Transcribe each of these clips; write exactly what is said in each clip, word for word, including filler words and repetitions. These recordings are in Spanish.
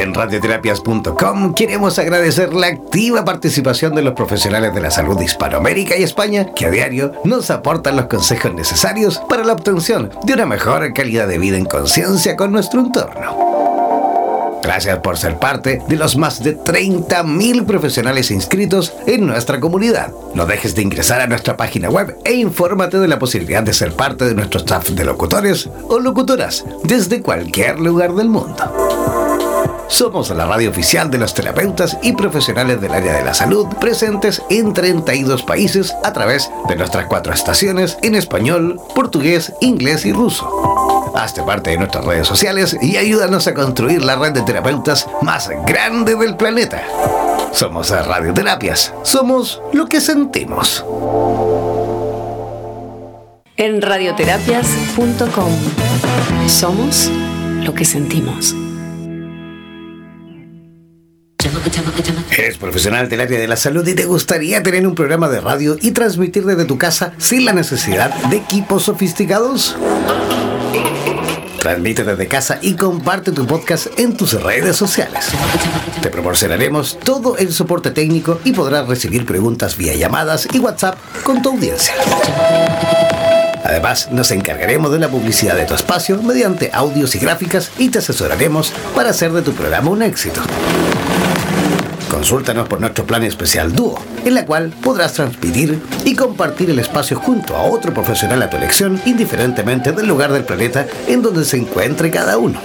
En radioterapias punto com queremos agradecer la activa participación de los profesionales de la salud de Hispanoamérica y España que a diario nos aportan los consejos necesarios para la obtención de una mejor calidad de vida en conciencia con nuestro entorno. Gracias por ser parte de los más de treinta mil profesionales inscritos en nuestra comunidad. No dejes de ingresar a nuestra página web e infórmate de la posibilidad de ser parte de nuestro staff de locutores o locutoras desde cualquier lugar del mundo. Somos la radio oficial de los terapeutas y profesionales del área de la salud presentes en treinta y dos países a través de nuestras cuatro estaciones en español, portugués, inglés y ruso. Hazte parte de nuestras redes sociales y ayúdanos a construir la red de terapeutas más grande del planeta. Somos Radioterapias. Somos lo que sentimos. En radioterapias punto com. Somos lo que sentimos. ¿Eres profesional del área de la salud y te gustaría tener un programa de radio y transmitir desde tu casa sin la necesidad de equipos sofisticados? Transmite desde casa y comparte tu podcast en tus redes sociales. Te proporcionaremos todo el soporte técnico y podrás recibir preguntas vía llamadas y WhatsApp con tu audiencia. Además, nos encargaremos de la publicidad de tu espacio mediante audios y gráficas y te asesoraremos para hacer de tu programa un éxito. Consúltanos por nuestro plan especial Dúo, en la cual podrás transmitir y compartir el espacio junto a otro profesional a tu elección, indiferentemente del lugar del planeta en donde se encuentre cada uno.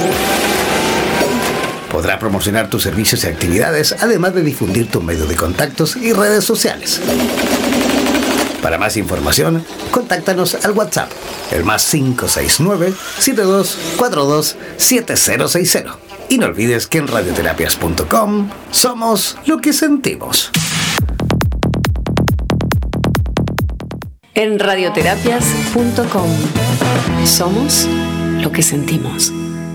Podrás promocionar tus servicios y actividades, además de difundir tus medios de contactos y redes sociales. Para más información, contáctanos al WhatsApp, el más cinco seis nueve, siete dos cuatro dos, siete cero seis cero. Y no olvides que en radioterapias punto com somos lo que sentimos. En radioterapias punto com. Somos lo que sentimos.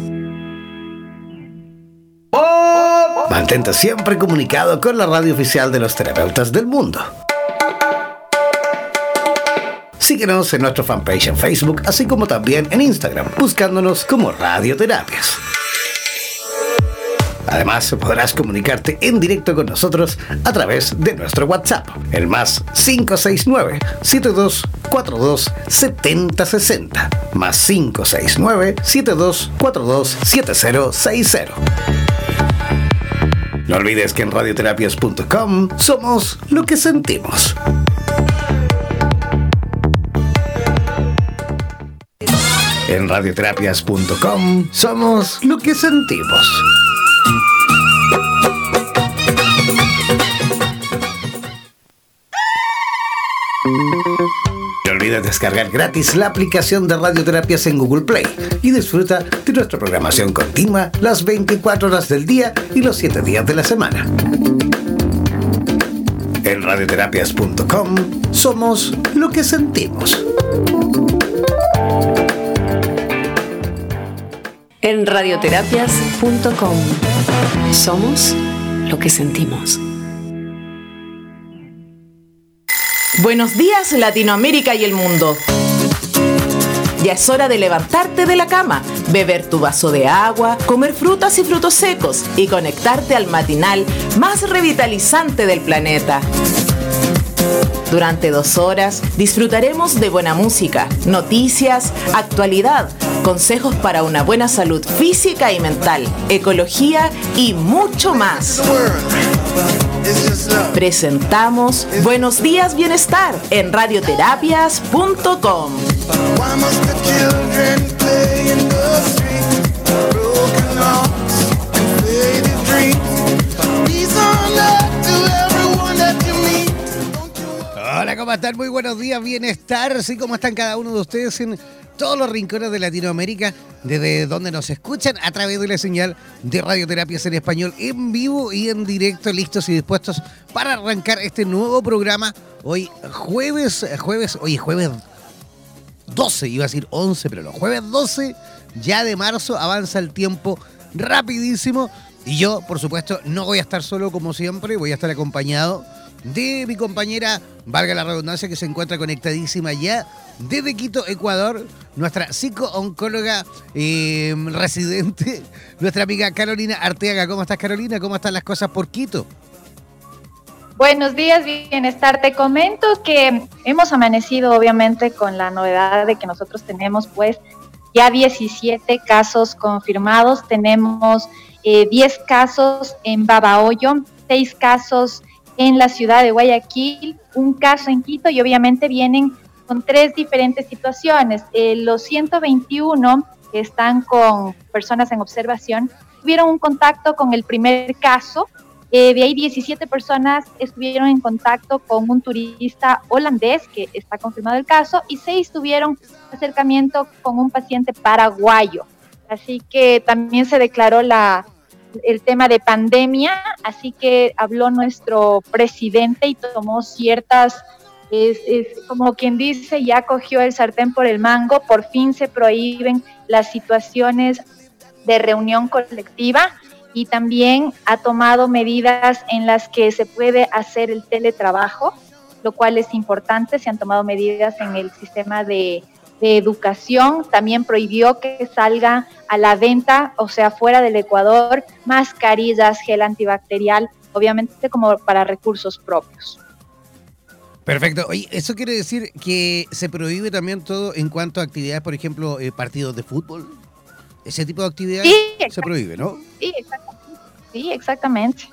Mantente siempre comunicado con la radio oficial de los terapeutas del mundo. Síguenos en nuestro fanpage en Facebook, así como también en Instagram, buscándonos como Radioterapias. Además, podrás comunicarte en directo con nosotros a través de nuestro WhatsApp, el más cinco seis nueve, siete dos cuatro dos, siete cero seis cero, más cinco seis nueve, siete dos cuatro dos, siete cero seis cero. No olvides que en radioterapias punto com somos lo que sentimos. En radioterapias punto com somos lo que sentimos. No olvides descargar gratis la aplicación de Radioterapias en Google Play y disfruta de nuestra programación continua las veinticuatro horas del día y los siete días de la semana. En radioterapias punto com somos lo que sentimos. En radioterapias punto com. Somos lo que sentimos. Buenos días, Latinoamérica y el mundo. Ya es hora de levantarte de la cama, beber tu vaso de agua, comer frutas y frutos secos y conectarte al matinal más revitalizante del planeta. Durante dos horas disfrutaremos de buena música, noticias, actualidad, consejos para una buena salud física y mental, ecología y mucho más. Presentamos Buenos Días Bienestar en radioterapias punto com. Hola, ¿cómo están? Muy buenos días, bienestar. Así como están cada uno de ustedes en todos los rincones de Latinoamérica, desde donde nos escuchan a través de la señal de Radioterapias en Español, en vivo y en directo, listos y dispuestos para arrancar este nuevo programa. Hoy jueves, jueves, hoy es jueves doce, iba a decir once, pero no, jueves doce ya de marzo, avanza el tiempo rapidísimo. Y yo, por supuesto, no voy a estar solo como siempre, voy a estar acompañado de mi compañera, valga la redundancia, que se encuentra conectadísima ya desde Quito, Ecuador, nuestra psico-oncóloga eh, residente, nuestra amiga Carolina Arteaga. ¿Cómo estás, Carolina? ¿Cómo están las cosas por Quito? Buenos días, Bienestar. Te comento que hemos amanecido obviamente con la novedad de que nosotros tenemos pues ya diecisiete casos confirmados. Tenemos eh, diez casos en Babahoyo, seis casos en la ciudad de Guayaquil, un caso en Quito y obviamente vienen con tres diferentes situaciones. Eh, los ciento veintiuno que están con personas en observación tuvieron un contacto con el primer caso. Eh, de ahí diecisiete personas estuvieron en contacto con un turista holandés, que está confirmado el caso, y seis tuvieron acercamiento con un paciente paraguayo. Así que también se declaró la, el tema de pandemia, así que habló nuestro presidente y tomó ciertas, es, es, como quien dice, ya cogió el sartén por el mango. Por fin se prohíben las situaciones de reunión colectiva, y también ha tomado medidas en las que se puede hacer el teletrabajo, lo cual es importante. Se han tomado medidas en el sistema de, de educación. También prohibió que salga a la venta, o sea, fuera del Ecuador, mascarillas, gel antibacterial, obviamente como para recursos propios. Perfecto. Oye, ¿eso quiere decir que se prohíbe también todo en cuanto a actividades, por ejemplo, eh, partidos de fútbol? Ese tipo de actividades sí, se prohíbe, ¿no? Sí, exactamente. Sí, exactamente.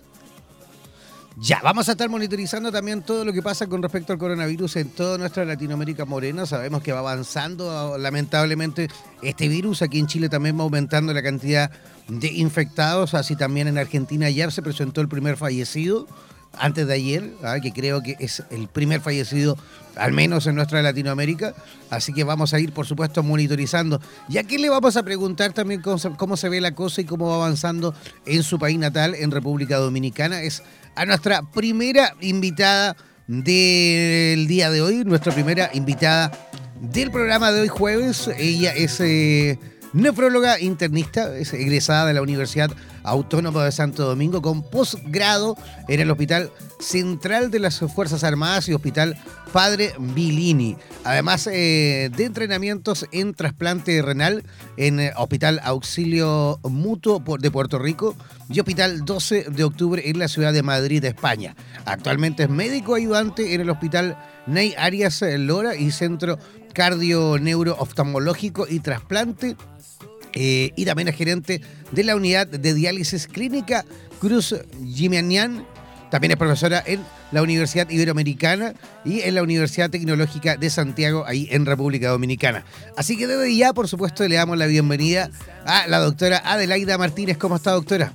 Ya, vamos a estar monitorizando también todo lo que pasa con respecto al coronavirus en toda nuestra Latinoamérica morena. Sabemos que va avanzando, lamentablemente, este virus. Aquí en Chile también va aumentando la cantidad de infectados. Así también en Argentina ayer se presentó el primer fallecido, antes de ayer, ¿ah? que creo que es el primer fallecido, al menos en nuestra Latinoamérica. Así que vamos a ir, por supuesto, monitorizando. Y aquí le vamos a preguntar también cómo se, cómo se ve la cosa y cómo va avanzando en su país natal, en República Dominicana. Es a nuestra primera invitada del día de hoy, nuestra primera invitada del programa de hoy jueves. Ella es eh, nefróloga internista, es egresada de la Universidad Autónoma de Santo Domingo con posgrado en el Hospital Central de las Fuerzas Armadas y Hospital Padre Villini. Además eh, de entrenamientos en trasplante renal en eh, Hospital Auxilio Mutuo de Puerto Rico y Hospital doce de octubre en la ciudad de Madrid, España. Actualmente es médico ayudante en el Hospital Ney Arias Lora y Centro Cardio Neuro Oftalmológico y Trasplante. Eh, y también es gerente de la unidad de diálisis clínica Cruz Gimanián. También es profesora en la Universidad Iberoamericana y en la Universidad Tecnológica de Santiago, ahí en República Dominicana. Así que desde ya, por supuesto, le damos la bienvenida a la doctora Adelaida Martínez. ¿Cómo está, doctora?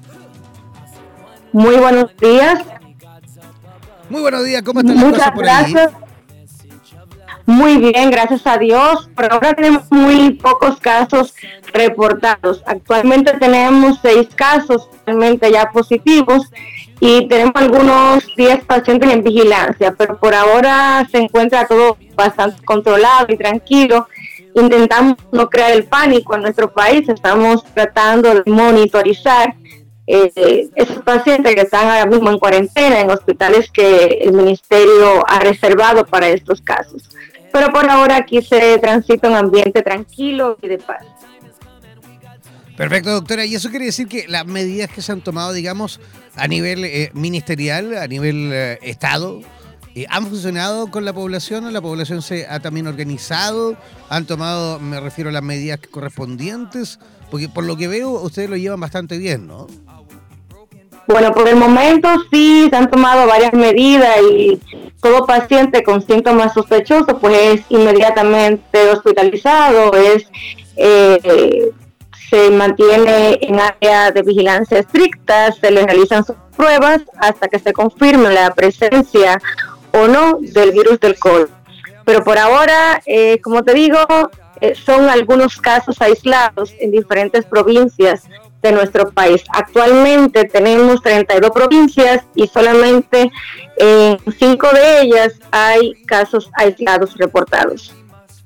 Muy buenos días. Muy buenos días, ¿cómo están las Muchas cosas por gracias. ahí? Muy bien, gracias a Dios. Por ahora tenemos muy pocos casos reportados. Actualmente tenemos seis casos realmente ya positivos y tenemos algunos diez pacientes en vigilancia, pero por ahora se encuentra todo bastante controlado y tranquilo. Intentamos no crear el pánico en nuestro país, estamos tratando de monitorizar eh, esos pacientes que están ahora mismo en cuarentena en hospitales que el Ministerio ha reservado para estos casos. Pero por ahora aquí se transita un ambiente tranquilo y de paz. Perfecto, doctora. Y eso quiere decir que las medidas que se han tomado, digamos, a nivel eh, ministerial, a nivel eh, Estado, eh, ¿han funcionado con la población? ¿La población se ha también organizado? ¿Han tomado, me refiero a las medidas correspondientes? Porque por lo que veo, ustedes lo llevan bastante bien, ¿no? Bueno, por el momento sí se han tomado varias medidas y todo paciente con síntomas sospechosos pues es inmediatamente hospitalizado, es eh, se mantiene en área de vigilancia estricta, se le realizan sus pruebas hasta que se confirme la presencia o no del virus del COVID. Pero por ahora, eh, como te digo, eh, son algunos casos aislados en diferentes provincias de nuestro país. Actualmente tenemos treinta y dos provincias y solamente en cinco de ellas hay casos aislados reportados.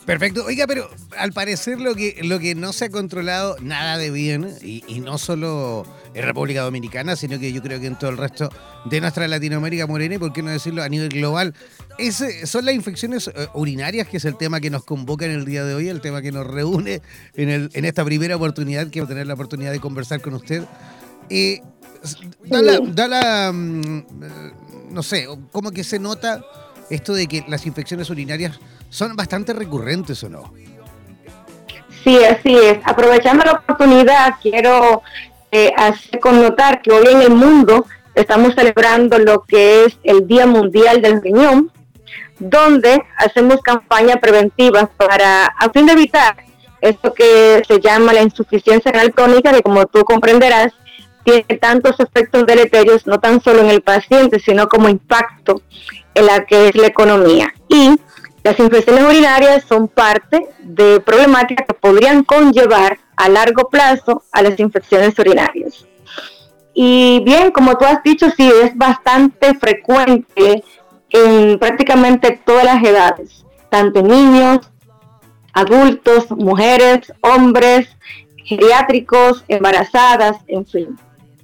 Perfecto. Oiga, pero al parecer lo que lo que no se ha controlado nada de bien, y, y no solo en República Dominicana, sino que yo creo que en todo el resto de nuestra Latinoamérica morena, y por qué no decirlo a nivel global, es, son las infecciones eh, urinarias, que es el tema que nos convoca en el día de hoy, el tema que nos reúne en, el, en esta primera oportunidad que va a tener la oportunidad de conversar con usted. Eh, da la, da la mm, no sé, como que se nota esto de que las infecciones urinarias son bastante recurrentes, ¿o no? Sí, así es. Aprovechando la oportunidad, quiero eh, hacer connotar que hoy en el mundo estamos celebrando lo que es el Día Mundial del Riñón, donde hacemos campañas preventivas para, a fin de evitar esto que se llama la insuficiencia renal crónica, que como tú comprenderás, tiene tantos efectos deleterios, no tan solo en el paciente, sino como impacto en la que es la economía. Y las infecciones urinarias son parte de problemáticas que podrían conllevar a largo plazo a las infecciones urinarias. Y bien, como tú has dicho, sí, es bastante frecuente en prácticamente todas las edades, tanto niños, adultos, mujeres, hombres, geriátricos, embarazadas, en fin.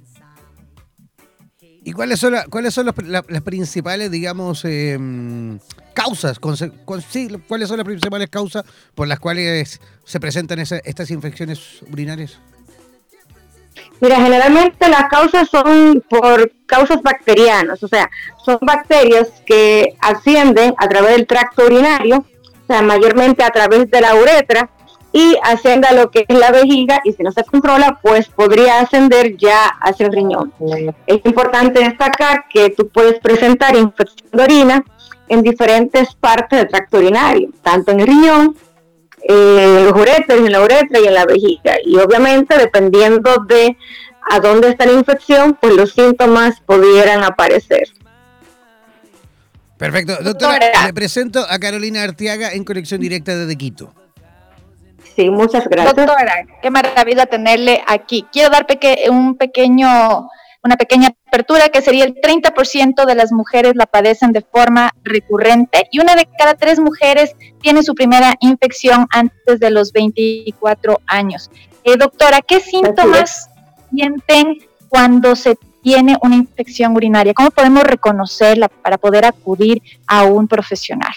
¿Y cuáles son, la, cuáles son los, la, las principales, digamos, eh, causas? Con, con, sí, ¿cuáles son las principales causas por las cuales se presentan esa, estas infecciones urinarias? Mira, generalmente las causas son por causas bacterianas, o sea, son bacterias que ascienden a través del tracto urinario, o sea, mayormente a través de la uretra, y asciende a lo que es la vejiga, y si no se controla, pues podría ascender ya hacia el riñón. Es importante destacar que tú puedes presentar infección de orina en diferentes partes del tracto urinario, tanto en el riñón, eh, en los uréteres, en la uretra y en la vejiga. Y obviamente, dependiendo de a dónde está la infección, pues los síntomas pudieran aparecer. Perfecto. Doctora, Doctora. le presento a Carolina Arteaga en conexión directa desde Quito. Sí, muchas gracias. Doctora, qué maravilla tenerle aquí. Quiero dar peque- un pequeño, una pequeña apertura, que sería el treinta por ciento de las mujeres la padecen de forma recurrente, y una de cada tres mujeres tiene su primera infección antes de los veinticuatro años. Eh, doctora, ¿qué síntomas sienten cuando se tiene una infección urinaria? ¿Cómo podemos reconocerla para poder acudir a un profesional?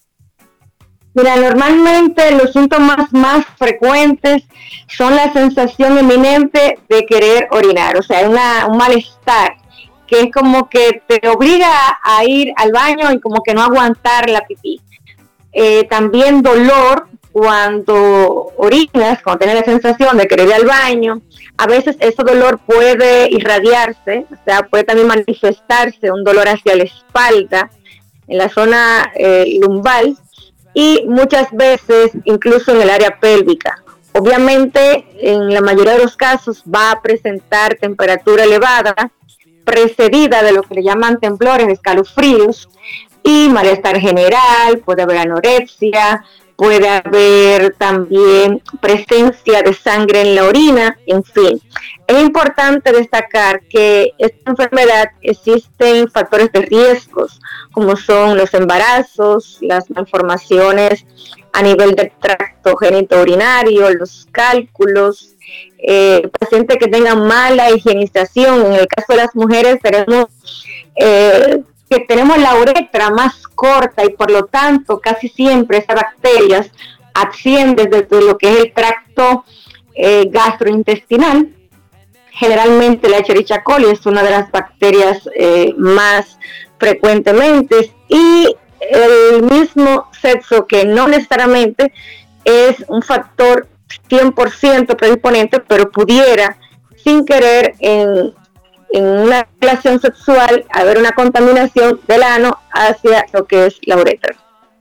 Mira, normalmente los síntomas más frecuentes son la sensación inminente de querer orinar, o sea, una, un malestar, que es como que te obliga a ir al baño y como que no aguantar la pipí. Eh, también dolor cuando orinas, cuando tienes la sensación de querer ir al baño. A veces ese dolor puede irradiarse, o sea, puede también manifestarse un dolor hacia la espalda, en la zona eh, lumbar, y muchas veces incluso en el área pélvica. Obviamente, en la mayoría de los casos va a presentar temperatura elevada, precedida de lo que le llaman temblores, escalofríos, y malestar general, puede haber anorexia, puede haber también presencia de sangre en la orina, en fin. Es importante destacar que esta enfermedad existen factores de riesgos, como son los embarazos, las malformaciones a nivel del tracto genitourinario, los cálculos, eh, pacientes que tengan mala higienización. En el caso de las mujeres tenemos eh, que tenemos la uretra más corta, y por lo tanto casi siempre esas bacterias ascienden desde lo que es el tracto eh, gastrointestinal. Generalmente la Escherichia coli es una de las bacterias eh, más frecuentemente, y el mismo sexo, que no necesariamente es un factor cien por ciento predisponente, pero pudiera sin querer en en una relación sexual haber una contaminación del ano hacia lo que es la uretra.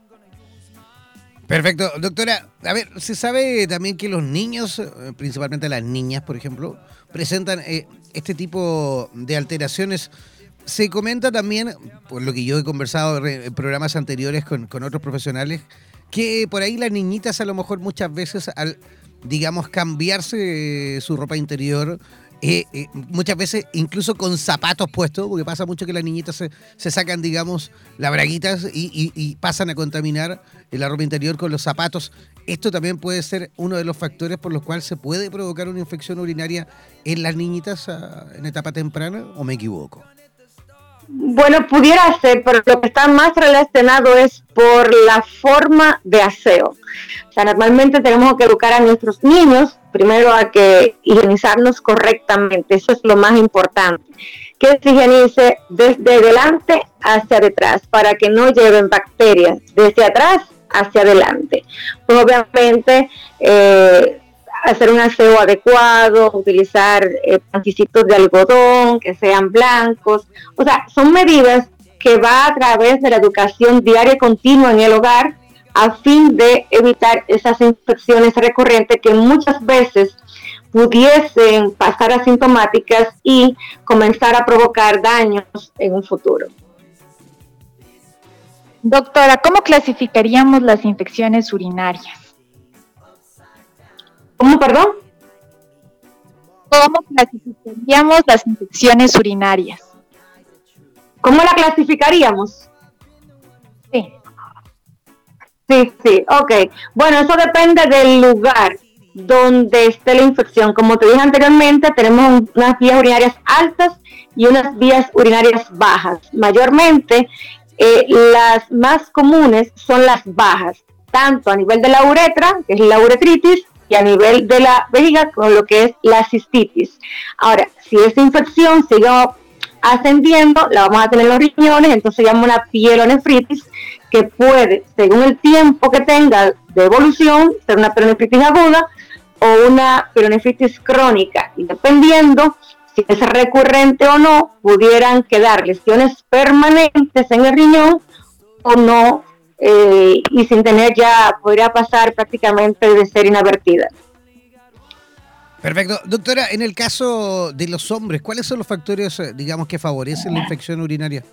Perfecto. Doctora, a ver, se sabe también que los niños, principalmente las niñas, por ejemplo, presentan eh, este tipo de alteraciones. Se comenta también, por lo que yo he conversado en programas anteriores con, con otros profesionales, que por ahí las niñitas a lo mejor muchas veces al digamos, cambiarse eh, su ropa interior. Eh, eh, muchas veces incluso con zapatos puestos, porque pasa mucho que las niñitas se, se sacan, digamos, las braguitas y, y, y pasan a contaminar la ropa interior con los zapatos. Esto también puede ser uno de los factores por los cuales se puede provocar una infección urinaria en las niñitas a, en etapa temprana, ¿o me equivoco? Bueno, pudiera ser, pero lo que está más relacionado es por la forma de aseo. O sea, normalmente tenemos que educar a nuestros niños primero a que higienizarnos correctamente, eso es lo más importante, que se higienice desde delante hacia detrás, para que no lleven bacterias desde atrás hacia adelante. Pues obviamente eh, hacer un aseo adecuado, utilizar eh, panticitos de algodón que sean blancos, o sea, son medidas que va a través de la educación diaria y continua en el hogar, a fin de evitar esas infecciones recurrentes que muchas veces pudiesen pasar asintomáticas y comenzar a provocar daños en un futuro. Doctora, ¿cómo clasificaríamos las infecciones urinarias? ¿Cómo, perdón? ¿Cómo clasificaríamos las infecciones urinarias? ¿Cómo la clasificaríamos? Sí. Sí, sí, ok. Bueno, eso depende del lugar donde esté la infección. Como te dije anteriormente, tenemos unas vías urinarias altas y unas vías urinarias bajas. Mayormente, eh, las más comunes son las bajas, tanto a nivel de la uretra, que es la uretritis, y a nivel de la vejiga, con lo que es la cistitis. Ahora, si esa infección sigue ascendiendo, la vamos a tener en los riñones, entonces se llama una pielonefritis, que puede, según el tiempo que tenga de evolución, ser una pielonefritis aguda o una pielonefritis crónica, y dependiendo si es recurrente o no, pudieran quedar lesiones permanentes en el riñón o no, eh, y sin tener ya, podría pasar prácticamente de ser inadvertida. Perfecto. Doctora, en el caso de los hombres, ¿cuáles son los factores, digamos, que favorecen la infección urinaria?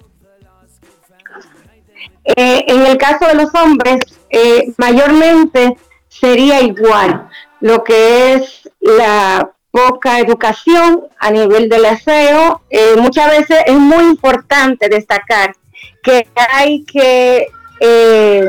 Eh, en el caso de los hombres, eh, mayormente sería igual, lo que es la poca educación a nivel del aseo. Eh, muchas veces es muy importante destacar que hay que eh,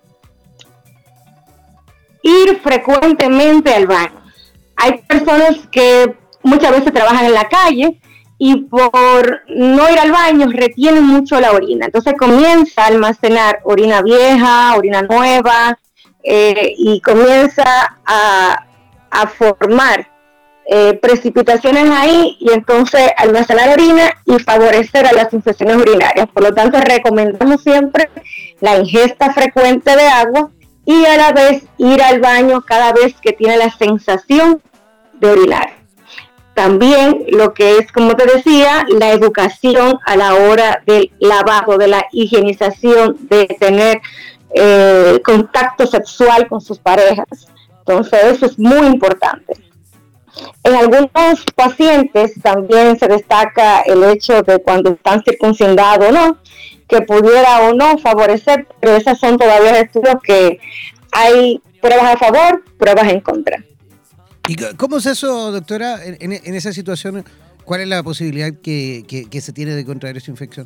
ir frecuentemente al baño. Hay personas que muchas veces trabajan en la calle y por no ir al baño retienen mucho la orina. Entonces comienza a almacenar orina vieja, orina nueva, eh, y comienza a, a formar eh, precipitaciones ahí, y entonces almacenar orina y favorecer a las infecciones urinarias. Por lo tanto, recomendamos siempre la ingesta frecuente de agua y a la vez ir al baño cada vez que tiene la sensación de orinar. También lo que es, como te decía, la educación a la hora del lavado, de la higienización, de tener eh, contacto sexual con sus parejas. Entonces eso es muy importante. En algunos pacientes también se destaca el hecho de cuando están circuncidados o no, que pudiera o no favorecer, pero esas son todavía estudios que hay pruebas a favor, pruebas en contra. ¿Y cómo es eso, doctora, en, en esa situación? ¿Cuál es la posibilidad que, que, que se tiene de contraer esa infección?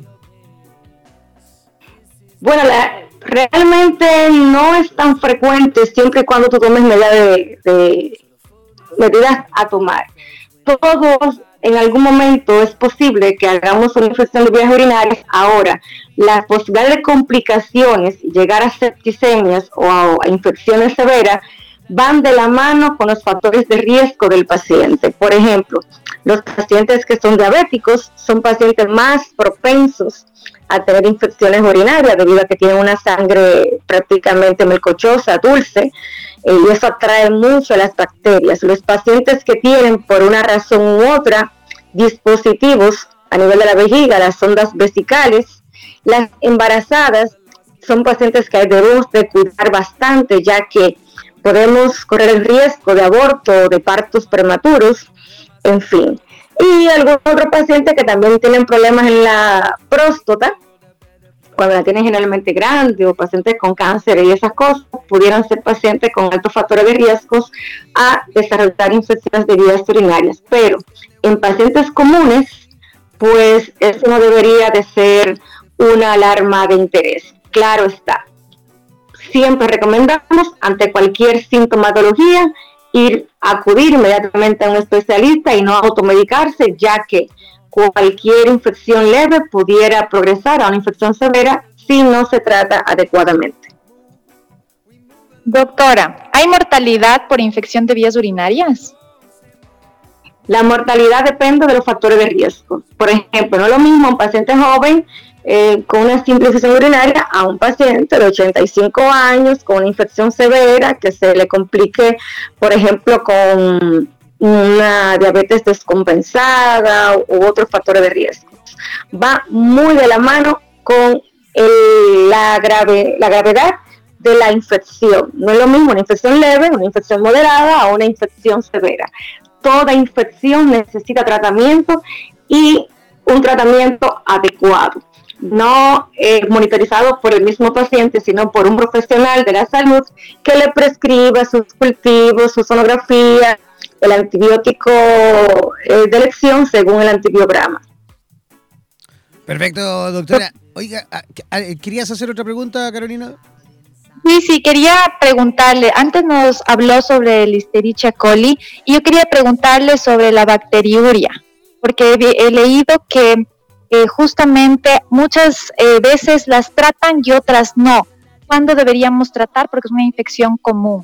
Bueno, la, realmente no es tan frecuente siempre y cuando tú tomes medidas de, de medidas a tomar. Todos en algún momento es posible que hagamos una infección de vías urinarias. Ahora, la posibilidad de complicaciones, llegar a septicemias o a, a infecciones severas, van de la mano con los factores de riesgo del paciente. Por ejemplo, los pacientes que son diabéticos son pacientes más propensos a tener infecciones urinarias debido a que tienen una sangre prácticamente melcochosa, dulce, eh, y eso atrae mucho a las bacterias. Los pacientes que tienen por una razón u otra dispositivos a nivel de la vejiga, las sondas vesicales, las embarazadas, son pacientes que debemos de cuidar bastante, ya que podemos correr el riesgo de aborto, de partos prematuros, en fin. Y algunos otros pacientes que también tienen problemas en la próstata, cuando la tienen generalmente grande, o pacientes con cáncer y esas cosas, pudieran ser pacientes con altos factores de riesgos a desarrollar infecciones de vías urinarias. Pero en pacientes comunes, pues eso no debería de ser una alarma de interés. Claro está. Siempre recomendamos, ante cualquier sintomatología, ir a acudir inmediatamente a un especialista y no automedicarse, ya que cualquier infección leve pudiera progresar a una infección severa si no se trata adecuadamente. Doctora, ¿hay mortalidad por infección de vías urinarias? La mortalidad depende de los factores de riesgo. Por ejemplo, no es lo mismo un paciente joven eh, con una simple infección urinaria a un paciente de ochenta y cinco años con una infección severa que se le complique, por ejemplo, con una diabetes descompensada u otros factores de riesgo. Va muy de la mano con el, la, grave, la gravedad de la infección. No es lo mismo una infección leve, una infección moderada a una infección severa. Toda infección necesita tratamiento y un tratamiento adecuado, no eh, monitorizado por el mismo paciente, sino por un profesional de la salud que le prescriba sus cultivos, su sonografía, el antibiótico eh, de elección según el antibiograma. Perfecto, doctora. Oiga, ¿querías hacer otra pregunta, Carolina? Sí, sí, quería preguntarle, antes nos habló sobre el Listeria coli y yo quería preguntarle sobre la bacteriuria, porque he, he leído que eh, justamente muchas eh, veces las tratan y otras no. ¿Cuándo deberíamos tratar? Porque es una infección común.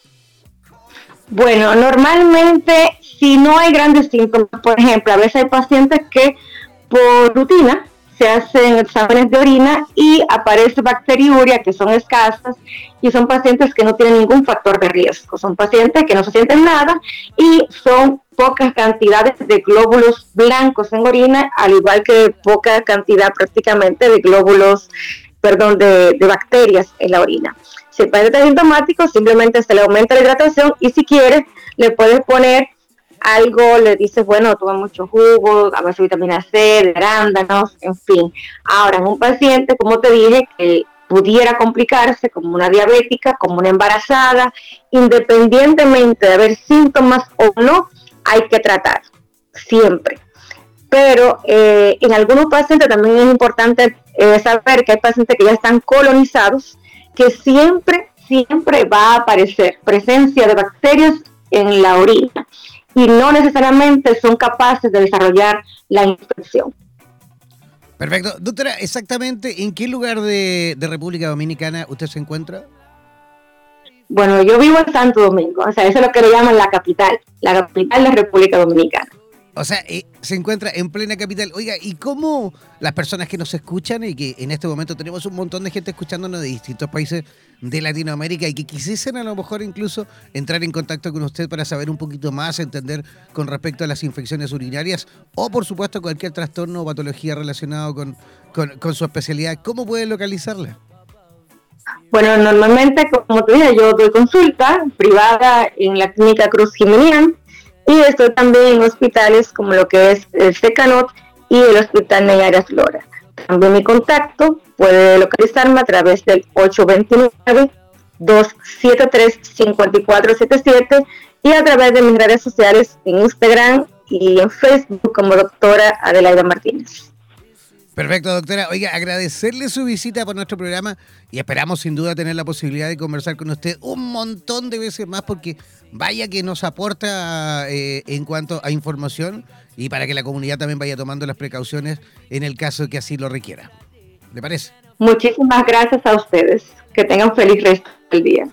Bueno, normalmente si no hay grandes síntomas, por ejemplo, a veces hay pacientes que por rutina se hacen exámenes de orina y aparece bacteriuria, que son escasas, y son pacientes que no tienen ningún factor de riesgo, son pacientes que no se sienten nada y son pocas cantidades de glóbulos blancos en orina, al igual que poca cantidad prácticamente de glóbulos, perdón, de, de bacterias en la orina. Si el paciente es sintomático, simplemente se le aumenta la hidratación y si quiere le puedes poner algo, le dices, bueno, toma mucho jugo, a veces vitamina C, de arándanos, en fin. Ahora, en un paciente, como te dije, que pudiera complicarse como una diabética, como una embarazada, independientemente de haber síntomas o no, hay que tratar, siempre. Pero eh, en algunos pacientes también es importante eh, saber que hay pacientes que ya están colonizados, que siempre, siempre va a aparecer presencia de bacterias en la orina y no necesariamente son capaces de desarrollar la infección. Perfecto. Doctora, exactamente, ¿en qué lugar de, de República Dominicana usted se encuentra? Bueno, yo vivo en Santo Domingo, o sea, eso es lo que le llaman la capital, la capital de República Dominicana. O sea, eh, se encuentra en plena capital. Oiga, ¿y cómo las personas que nos escuchan y que en este momento tenemos un montón de gente escuchándonos de distintos países de Latinoamérica y que quisiesen a lo mejor incluso entrar en contacto con usted para saber un poquito más, entender con respecto a las infecciones urinarias o por supuesto cualquier trastorno o patología relacionado con, con, con su especialidad, ¿cómo pueden localizarla? Bueno, normalmente, como te dije, yo doy consulta privada en la Clínica Cruz Jimenian y estoy también en hospitales como lo que es el Secanot y el Hospital Neyares Flora. También mi contacto puede localizarme a través del ocho dos nueve, dos siete tres, cinco cuatro siete siete y a través de mis redes sociales en Instagram y en Facebook como doctora Adelaida Martínez. Perfecto, doctora. Oiga, agradecerle su visita por nuestro programa y esperamos sin duda tener la posibilidad de conversar con usted un montón de veces más porque vaya que nos aporta eh, en cuanto a información y para que la comunidad también vaya tomando las precauciones en el caso que así lo requiera. ¿Le parece? Muchísimas gracias a ustedes. Que tengan feliz resto del día.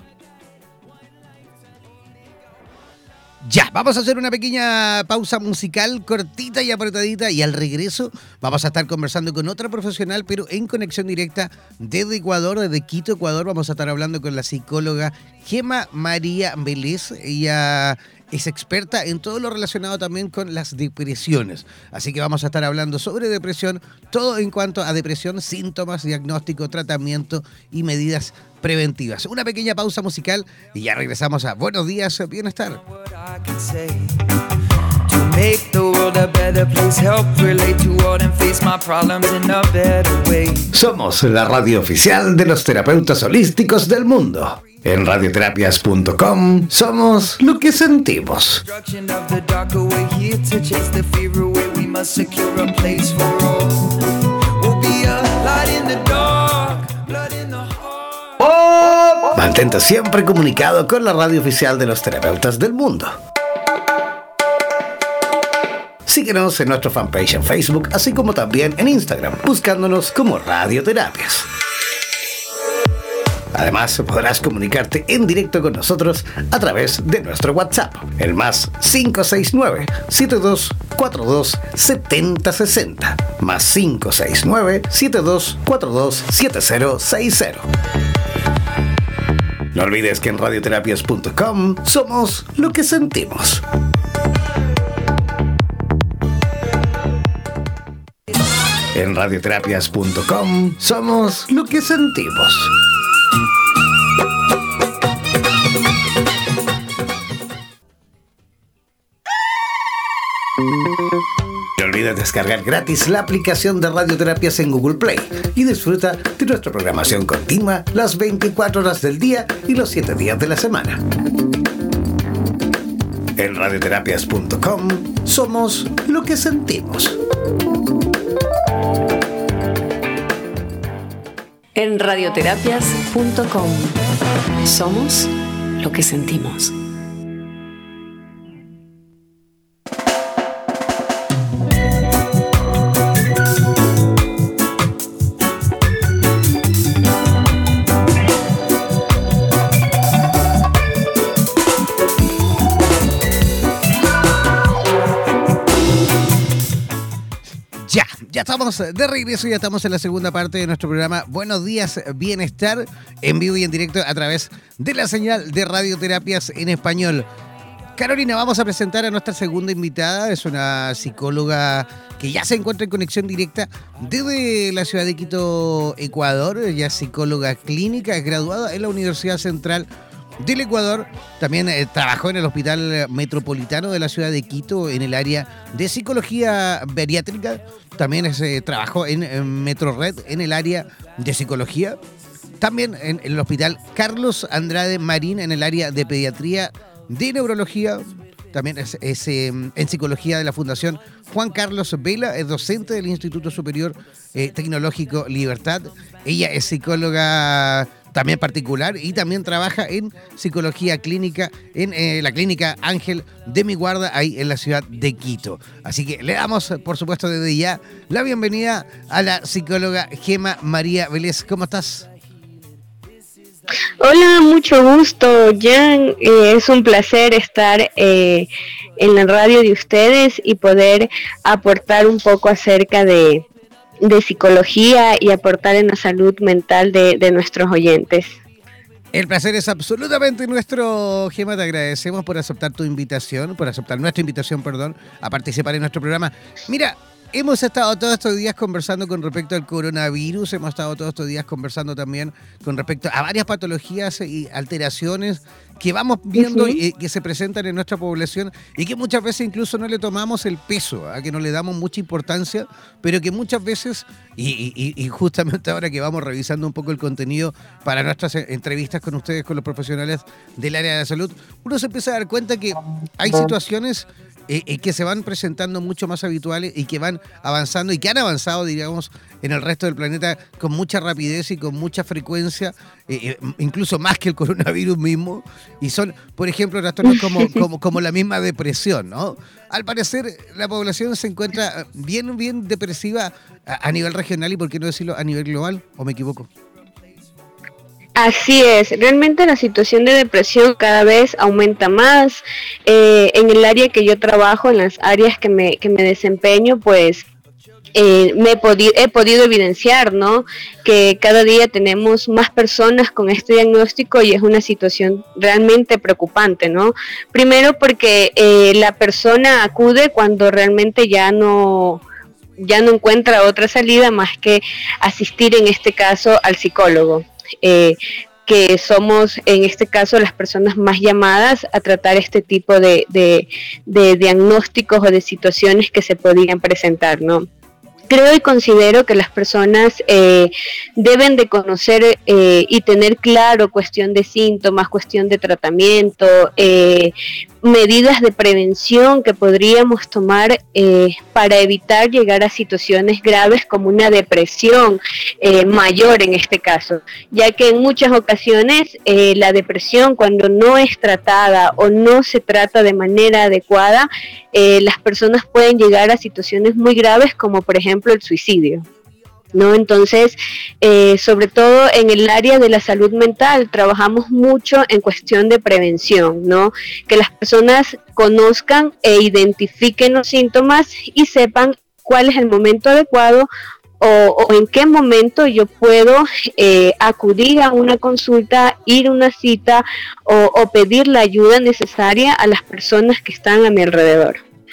Ya, vamos a hacer una pequeña pausa musical cortita y apretadita y al regreso vamos a estar conversando con otra profesional, pero en conexión directa desde Ecuador, desde Quito, Ecuador. Vamos a estar hablando con la psicóloga Gema María Vélez. Ella es experta en todo lo relacionado también con las depresiones. Así que vamos a estar hablando sobre depresión, todo en cuanto a depresión, síntomas, diagnóstico, tratamiento y medidas preventivas. Una pequeña pausa musical y ya regresamos a Buenos Días, Bienestar. Somos la radio oficial de los terapeutas holísticos del mundo. En radioterapias punto com somos lo que sentimos. Mantente siempre comunicado con la radio oficial de los terapeutas del mundo. Síguenos en nuestro fanpage en Facebook, así como también en Instagram, buscándonos como Radioterapias. Además, podrás comunicarte en directo con nosotros a través de nuestro WhatsApp, el más cinco seis nueve, siete dos cuatro dos, siete cero seis cero, más cinco seis nueve, siete dos cuatro dos, siete cero seis cero. No olvides que en radioterapias punto com somos lo que sentimos. En radioterapias punto com somos lo que sentimos. No olvides descargar gratis la aplicación de Radioterapias en Google Play y disfruta de nuestra programación continua las veinticuatro horas del día y los siete días de la semana. En radioterapias punto com somos lo que sentimos. En radioterapias punto com somos lo que sentimos. Ya, ya estamos de regreso, ya estamos en la segunda parte de nuestro programa Buenos Días Bienestar, en vivo y en directo a través de la señal de Radioterapias en Español. Carolina, vamos a presentar a nuestra segunda invitada. Es una psicóloga que ya se encuentra en conexión directa desde la ciudad de Quito, Ecuador. Ella es psicóloga clínica, es graduada en la Universidad Central del Ecuador. También eh, trabajó en el Hospital Metropolitano de la ciudad de Quito en el área de psicología bariátrica. También eh, trabajó en, en Metrored en el área de psicología. También en, en el Hospital Carlos Andrade Marín en el área de pediatría, de neurología. También es, es eh, en psicología de la Fundación Juan Carlos Vela, es docente del Instituto Superior eh, Tecnológico Libertad. Ella es psicóloga también particular y también trabaja en psicología clínica en eh, la clínica Ángel de mi Guarda, ahí en la ciudad de Quito. Así que le damos, por supuesto, desde ya la bienvenida a la psicóloga Gema María Vélez. ¿Cómo estás? Hola, mucho gusto, Jan. Eh, es un placer estar eh, en la radio de ustedes y poder aportar un poco acerca de, de psicología y aportar en la salud mental de, de nuestros oyentes. El placer es absolutamente nuestro, Gema. Te agradecemos por aceptar tu invitación, por aceptar nuestra invitación, perdón, a participar en nuestro programa. Mira, hemos estado todos estos días conversando con respecto al coronavirus, hemos estado todos estos días conversando también con respecto a varias patologías y alteraciones que vamos viendo uh-huh. y que se presentan en nuestra población y que muchas veces incluso no le tomamos el peso, a que no le damos mucha importancia, pero que muchas veces, y, y, y justamente ahora que vamos revisando un poco el contenido para nuestras entrevistas con ustedes, con los profesionales del área de la salud, uno se empieza a dar cuenta que hay situaciones Eh, eh, que se van presentando mucho más habituales y que van avanzando y que han avanzado, diríamos, en el resto del planeta con mucha rapidez y con mucha frecuencia, eh, eh, incluso más que el coronavirus mismo, y son, por ejemplo, trastornos como, como, como la misma depresión, ¿no? Al parecer, la población se encuentra bien, bien depresiva a, a nivel regional y, por qué no decirlo, a nivel global, ¿o me equivoco? Así es, realmente la situación de depresión cada vez aumenta más. Eh, en el área que yo trabajo, en las áreas que me, que me desempeño, pues eh, me he, podi- he podido evidenciar, ¿no?, que cada día tenemos más personas con este diagnóstico y es una situación realmente preocupante, ¿no? Primero porque eh, la persona acude cuando realmente ya no... ya no encuentra otra salida más que asistir en este caso al psicólogo. Eh, que somos en este caso las personas más llamadas a tratar este tipo de, de, de diagnósticos o de situaciones que se podían presentar, ¿no? Creo y considero que las personas eh, deben de conocer eh, y tener claro cuestión de síntomas, cuestión de tratamiento, eh, medidas de prevención que podríamos tomar eh, para evitar llegar a situaciones graves como una depresión eh, mayor en este caso, ya que en muchas ocasiones eh, la depresión, cuando no es tratada o no se trata de manera adecuada, eh, las personas pueden llegar a situaciones muy graves como por ejemplo el suicidio, ¿no? Entonces, eh, sobre todo en el área de la salud mental, trabajamos mucho en cuestión de prevención, ¿no? Que las personas conozcan e identifiquen los síntomas y sepan cuál es el momento adecuado o, o en qué momento yo puedo eh, acudir a una consulta, ir a una cita o, o pedir la ayuda necesaria a las personas que están a mi alrededor.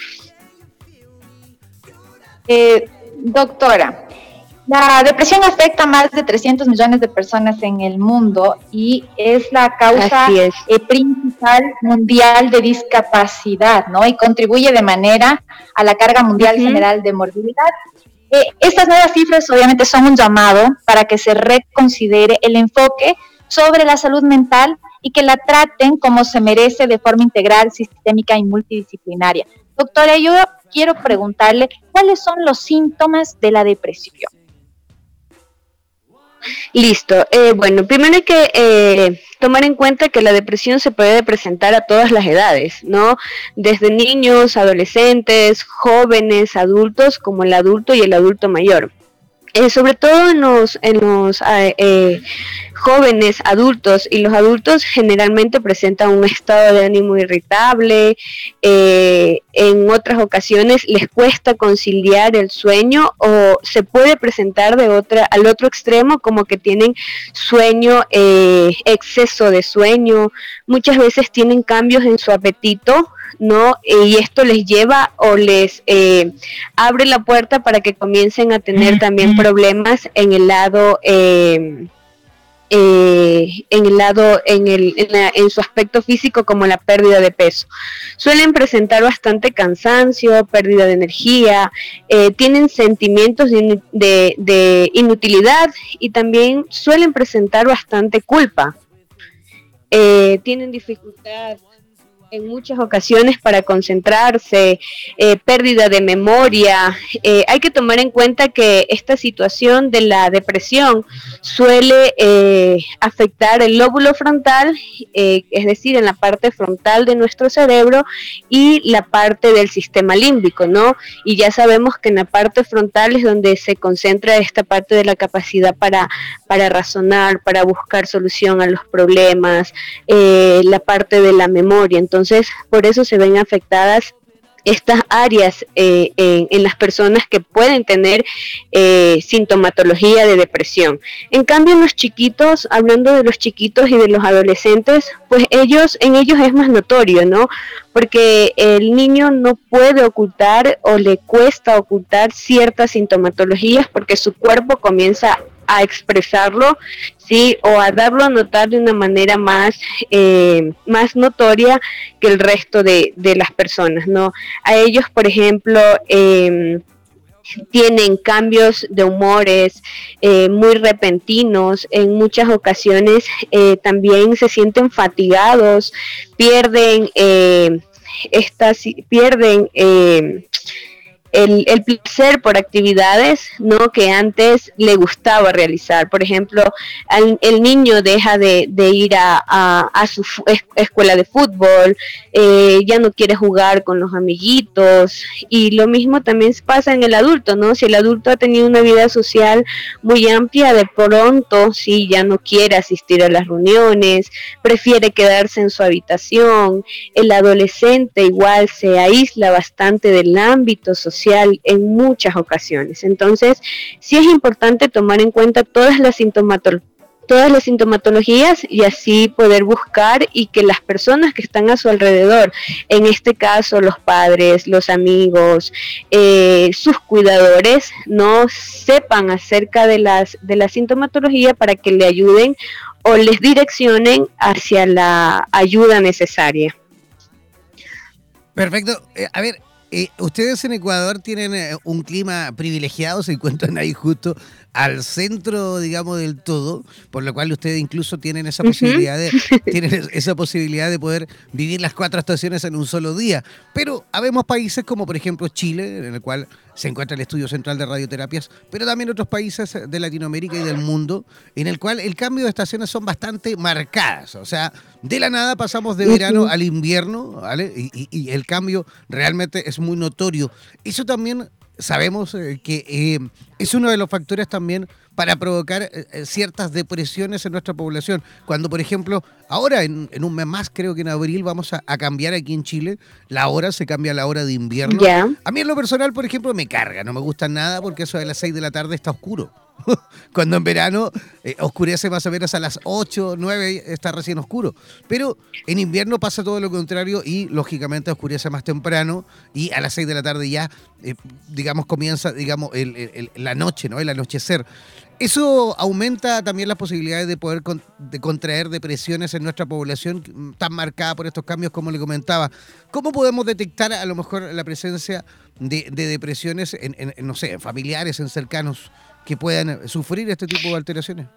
Eh, doctora, la depresión afecta a más de trescientos millones de personas en el mundo y es la causa es. eh, principal mundial de discapacidad, ¿no? Y contribuye de manera a la carga mundial uh-huh. general de morbilidad. Eh, estas nuevas cifras obviamente son un llamado para que se reconsidere el enfoque sobre la salud mental y que la traten como se merece de forma integral, sistémica y multidisciplinaria. Doctora, yo quiero preguntarle, ¿cuáles son los síntomas de la depresión? Listo. Eh, bueno, primero hay que eh, tomar en cuenta que la depresión se puede presentar a todas las edades, ¿no? Desde niños, adolescentes, jóvenes, adultos, como el adulto y el adulto mayor. Eh, sobre todo en los, en los eh, eh, jóvenes, adultos, y los adultos generalmente presentan un estado de ánimo irritable, eh, en otras ocasiones les cuesta conciliar el sueño o se puede presentar de otra al otro extremo como que tienen sueño, eh, exceso de sueño, muchas veces tienen cambios en su apetito, ¿no? Y esto les lleva o les eh, abre la puerta para que comiencen a tener también problemas en el lado eh, eh, en el lado en el en, la, en su aspecto físico, como la pérdida de peso. Suelen presentar bastante cansancio, pérdida de energía, eh, tienen sentimientos de, de, de inutilidad y también suelen presentar bastante culpa. Eh, tienen dificultad en muchas ocasiones para concentrarse, eh, pérdida de memoria. Eh, hay que tomar en cuenta que esta situación de la depresión suele eh, afectar el lóbulo frontal, eh, es decir, en la parte frontal de nuestro cerebro y la parte del sistema límbico, ¿no? Y ya sabemos que en la parte frontal es donde se concentra esta parte de la capacidad para, para razonar, para buscar solución a los problemas, eh, la parte de la memoria. Entonces, Entonces, por eso se ven afectadas estas áreas eh, en, en las personas que pueden tener eh, sintomatología de depresión. En cambio, en los chiquitos, hablando de los chiquitos y de los adolescentes, pues ellos, en ellos es más notorio, ¿no? Porque el niño no puede ocultar o le cuesta ocultar ciertas sintomatologías porque su cuerpo comienza a expresarlo, sí, o a darlo a notar de una manera más eh, más notoria que el resto de, de las personas, ¿no? A ellos, por ejemplo, eh, tienen cambios de humores eh, muy repentinos, en muchas ocasiones eh, también se sienten fatigados, pierden eh, estas, pierden eh, El, el placer por actividades, ¿no?, que antes le gustaba realizar. Por ejemplo, al, el niño deja de, de ir a, a, a su es, escuela de fútbol, eh, ya no quiere jugar con los amiguitos, y lo mismo también pasa en el adulto, ¿no? Si el adulto ha tenido una vida social muy amplia, de pronto sí ya no quiere asistir a las reuniones, prefiere quedarse en su habitación. El adolescente igual se aísla bastante del ámbito social en muchas ocasiones. Entonces, sí es importante tomar en cuenta todas las sintomatologías todas las sintomatologías y así poder buscar y que las personas que están a su alrededor, en este caso los padres, los amigos, eh, sus cuidadores, no sepan acerca de las de la sintomatología para que le ayuden o les direccionen hacia la ayuda necesaria. Perfecto. Eh, a ver, eh, ustedes en Ecuador tienen eh, un clima privilegiado, se encuentran ahí justo al centro, digamos, del todo, por lo cual ustedes incluso tienen esa posibilidad de tienen esa posibilidad de poder vivir las cuatro estaciones en un solo día. Pero habemos países como por ejemplo Chile, en el cual se encuentra el Estudio Central de Radioterapias, pero también otros países de Latinoamérica y del mundo, en el cual el cambio de estaciones son bastante marcadas. O sea, de la nada pasamos de verano uh-huh. al invierno, ¿vale? Y, y, y el cambio realmente es muy notorio. Eso también sabemos eh, que eh, es uno de los factores también para provocar eh, ciertas depresiones en nuestra población. Cuando, por ejemplo, ahora en, en un mes más, creo que en abril, vamos a, a cambiar aquí en Chile, la hora se cambia a la hora de invierno. Yeah. A mí en lo personal, por ejemplo, me carga, no me gusta nada porque eso de las seis de la tarde está oscuro. Cuando en verano eh, oscurece más o menos a las ocho, nueve, está recién oscuro. Pero en invierno pasa todo lo contrario y lógicamente oscurece más temprano y a las seis de la tarde ya, eh, digamos, comienza digamos el, el, la noche, ¿no? El anochecer. Eso aumenta también las posibilidades de poder con, de contraer depresiones en nuestra población tan marcada por estos cambios como le comentaba. ¿Cómo podemos detectar a lo mejor la presencia de, de depresiones en, en, en, no sé, en familiares, en cercanos que puedan sufrir este tipo de alteraciones?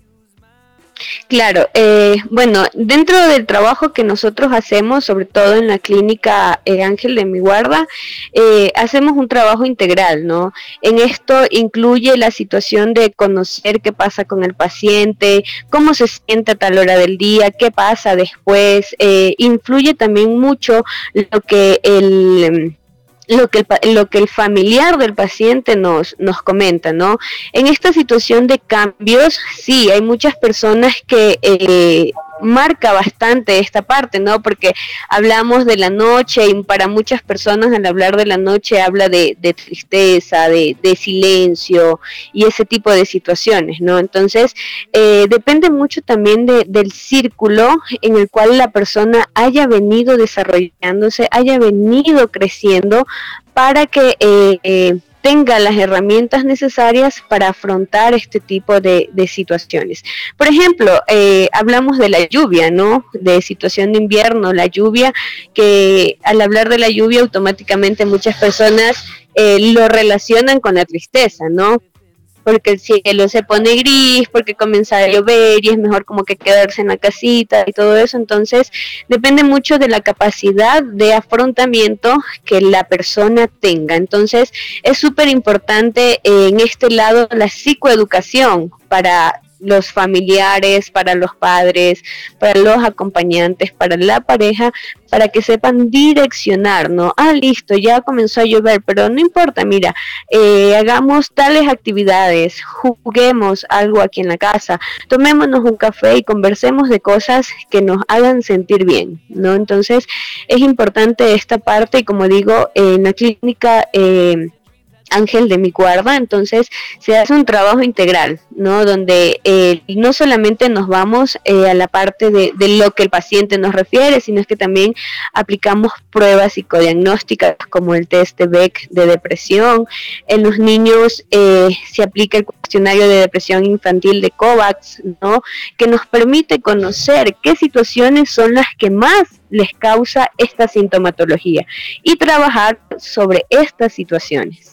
Claro, eh, bueno, dentro del trabajo que nosotros hacemos, sobre todo en la clínica eh, Ángel de mi Guarda, eh, hacemos un trabajo integral, ¿no? En esto incluye la situación de conocer qué pasa con el paciente, cómo se siente a tal hora del día, qué pasa después, eh, influye también mucho lo que el... Lo que, el, lo que el familiar del paciente nos, nos comenta, ¿no? En esta situación de cambios, sí, hay muchas personas que eh, marca bastante esta parte, ¿no? Porque hablamos de la noche y para muchas personas al hablar de la noche habla de, de tristeza, de, de silencio y ese tipo de situaciones, ¿no? Entonces, eh, depende mucho también de, del círculo en el cual la persona haya venido desarrollándose, haya venido creciendo para que eh, eh, tenga las herramientas necesarias para afrontar este tipo de, de situaciones. Por ejemplo, eh, hablamos de la lluvia, ¿no? De situación de invierno, la lluvia, que al hablar de la lluvia automáticamente muchas personas eh, lo relacionan con la tristeza, ¿no? Porque el cielo se pone gris, porque comienza a llover y es mejor como que quedarse en la casita y todo eso. Entonces depende mucho de la capacidad de afrontamiento que la persona tenga. Entonces es súper importante eh, en este lado la psicoeducación para los familiares, para los padres, para los acompañantes, para la pareja, para que sepan direccionar, ¿no? Ah, listo, ya comenzó a llover, pero no importa, mira, eh, hagamos tales actividades, juguemos algo aquí en la casa, tomémonos un café y conversemos de cosas que nos hagan sentir bien, ¿no? Entonces, es importante esta parte y como digo, eh, en la clínica... Eh, Ángel de mi Guarda, entonces se hace un trabajo integral, ¿no? Donde eh, no solamente nos vamos eh, a la parte de, de lo que el paciente nos refiere, sino es que también aplicamos pruebas psicodiagnósticas como el test de Beck de depresión. En los niños eh, se aplica el cuestionario de depresión infantil de COVAX, ¿no? Que nos permite conocer qué situaciones son las que más les causa esta sintomatología y trabajar sobre estas situaciones.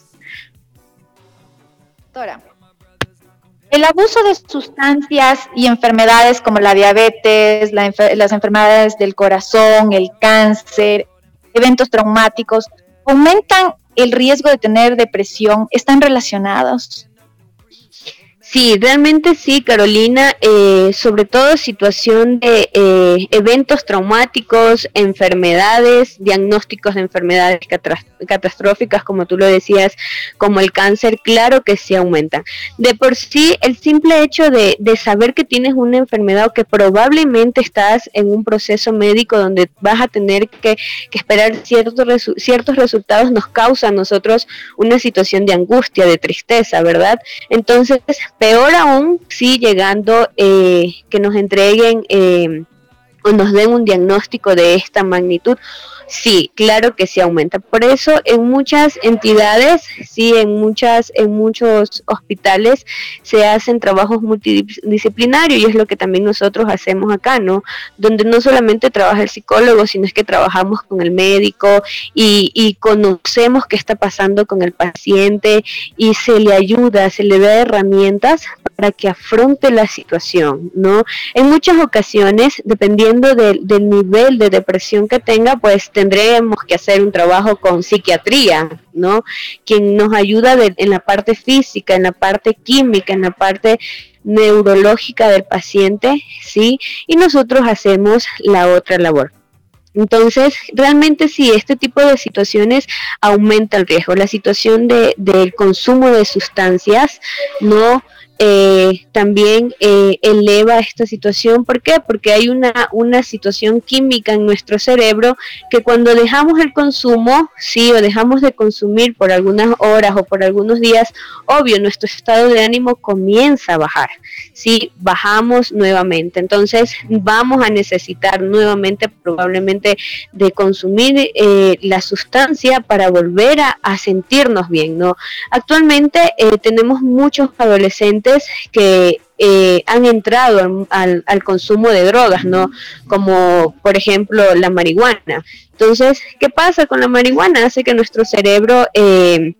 El abuso de sustancias y enfermedades como la diabetes, la enfer- las enfermedades del corazón, el cáncer, eventos traumáticos, ¿aumentan el riesgo de tener depresión? ¿Están relacionados? Sí, realmente sí, Carolina, eh, sobre todo situación de eh, eventos traumáticos, enfermedades, diagnósticos de enfermedades catast- catastróficas, como tú lo decías, como el cáncer, claro que sí aumentan. De por sí, el simple hecho de, de saber que tienes una enfermedad o que probablemente estás en un proceso médico donde vas a tener que, que esperar ciertos, resu- ciertos resultados nos causa a nosotros una situación de angustia, de tristeza, ¿verdad? Entonces, Peor aún, sí, llegando eh, que nos entreguen eh, o nos den un diagnóstico de esta magnitud. Sí, claro que sí aumenta. Por eso en muchas entidades, sí, en muchas, en muchos hospitales se hacen trabajos multidisciplinarios y es lo que también nosotros hacemos acá, ¿no? Donde no solamente trabaja el psicólogo, sino es que trabajamos con el médico y, y conocemos qué está pasando con el paciente y se le ayuda, se le da herramientas para que afronte la situación, ¿no? En muchas ocasiones, dependiendo de, del nivel de depresión que tenga, pues tendremos que hacer un trabajo con psiquiatría, ¿no? Quien nos ayuda de, en la parte física, en la parte química, en la parte neurológica del paciente, ¿sí? Y nosotros hacemos la otra labor. Entonces, realmente sí, este tipo de situaciones aumenta el riesgo. La situación de, del consumo de sustancias, ¿no? Eh, también eh, eleva esta situación. ¿Por qué? Porque hay una, una situación química en nuestro cerebro que cuando dejamos el consumo, sí, o dejamos de consumir por algunas horas o por algunos días, obvio, nuestro estado de ánimo comienza a bajar, sí, bajamos nuevamente. Entonces vamos a necesitar nuevamente probablemente de consumir eh, la sustancia para volver a, a sentirnos bien, ¿no? Actualmente eh, tenemos muchos adolescentes que eh, han entrado al, al consumo de drogas, ¿no? Como por ejemplo la marihuana. Entonces, ¿qué pasa con la marihuana? Hace que nuestro cerebro eh,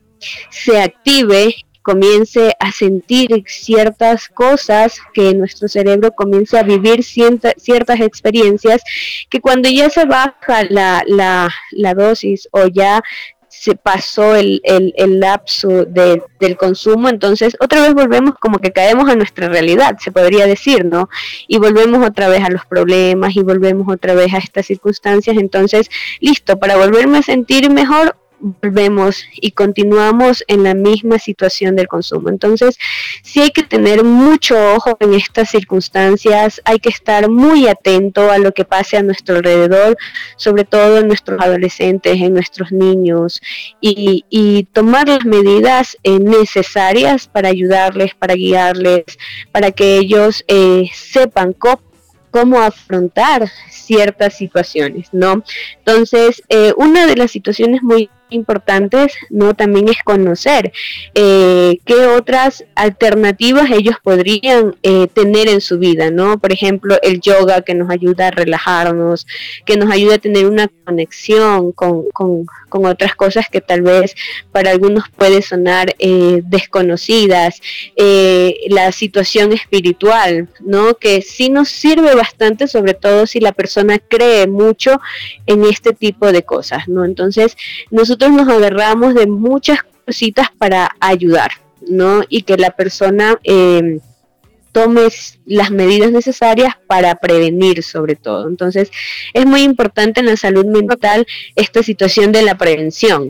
se active, comience a sentir ciertas cosas, que nuestro cerebro comience a vivir cierta, ciertas experiencias, que cuando ya se baja la, la, la dosis o ya se pasó el, el, el lapso de, del consumo, entonces otra vez volvemos como que caemos a nuestra realidad, se podría decir, ¿no? Y volvemos otra vez a los problemas y volvemos otra vez a estas circunstancias. Entonces, listo, para volverme a sentir mejor, volvemos y continuamos en la misma situación del consumo. Entonces, sí hay que tener mucho ojo en estas circunstancias, hay que estar muy atento a lo que pase a nuestro alrededor, sobre todo en nuestros adolescentes, en nuestros niños, y, y tomar las medidas eh, necesarias para ayudarles, para guiarles, para que ellos eh, sepan cómo cómo afrontar ciertas situaciones, ¿no? Entonces, eh, una de las situaciones muy importantes, ¿no? También es conocer eh, qué otras alternativas ellos podrían eh, tener en su vida, ¿no? Por ejemplo, el yoga, que nos ayuda a relajarnos, que nos ayuda a tener una conexión con, con, con otras cosas que tal vez para algunos puede sonar eh, desconocidas, eh, la situación espiritual, ¿no? Que sí nos sirve bastante, sobre todo si la persona cree mucho en este tipo de cosas, ¿no? Entonces, nosotros nos agarramos de muchas cositas para ayudar, ¿no? Y que la persona eh, tome las medidas necesarias para prevenir, sobre todo. Entonces, es muy importante en la salud mental esta situación de la prevención.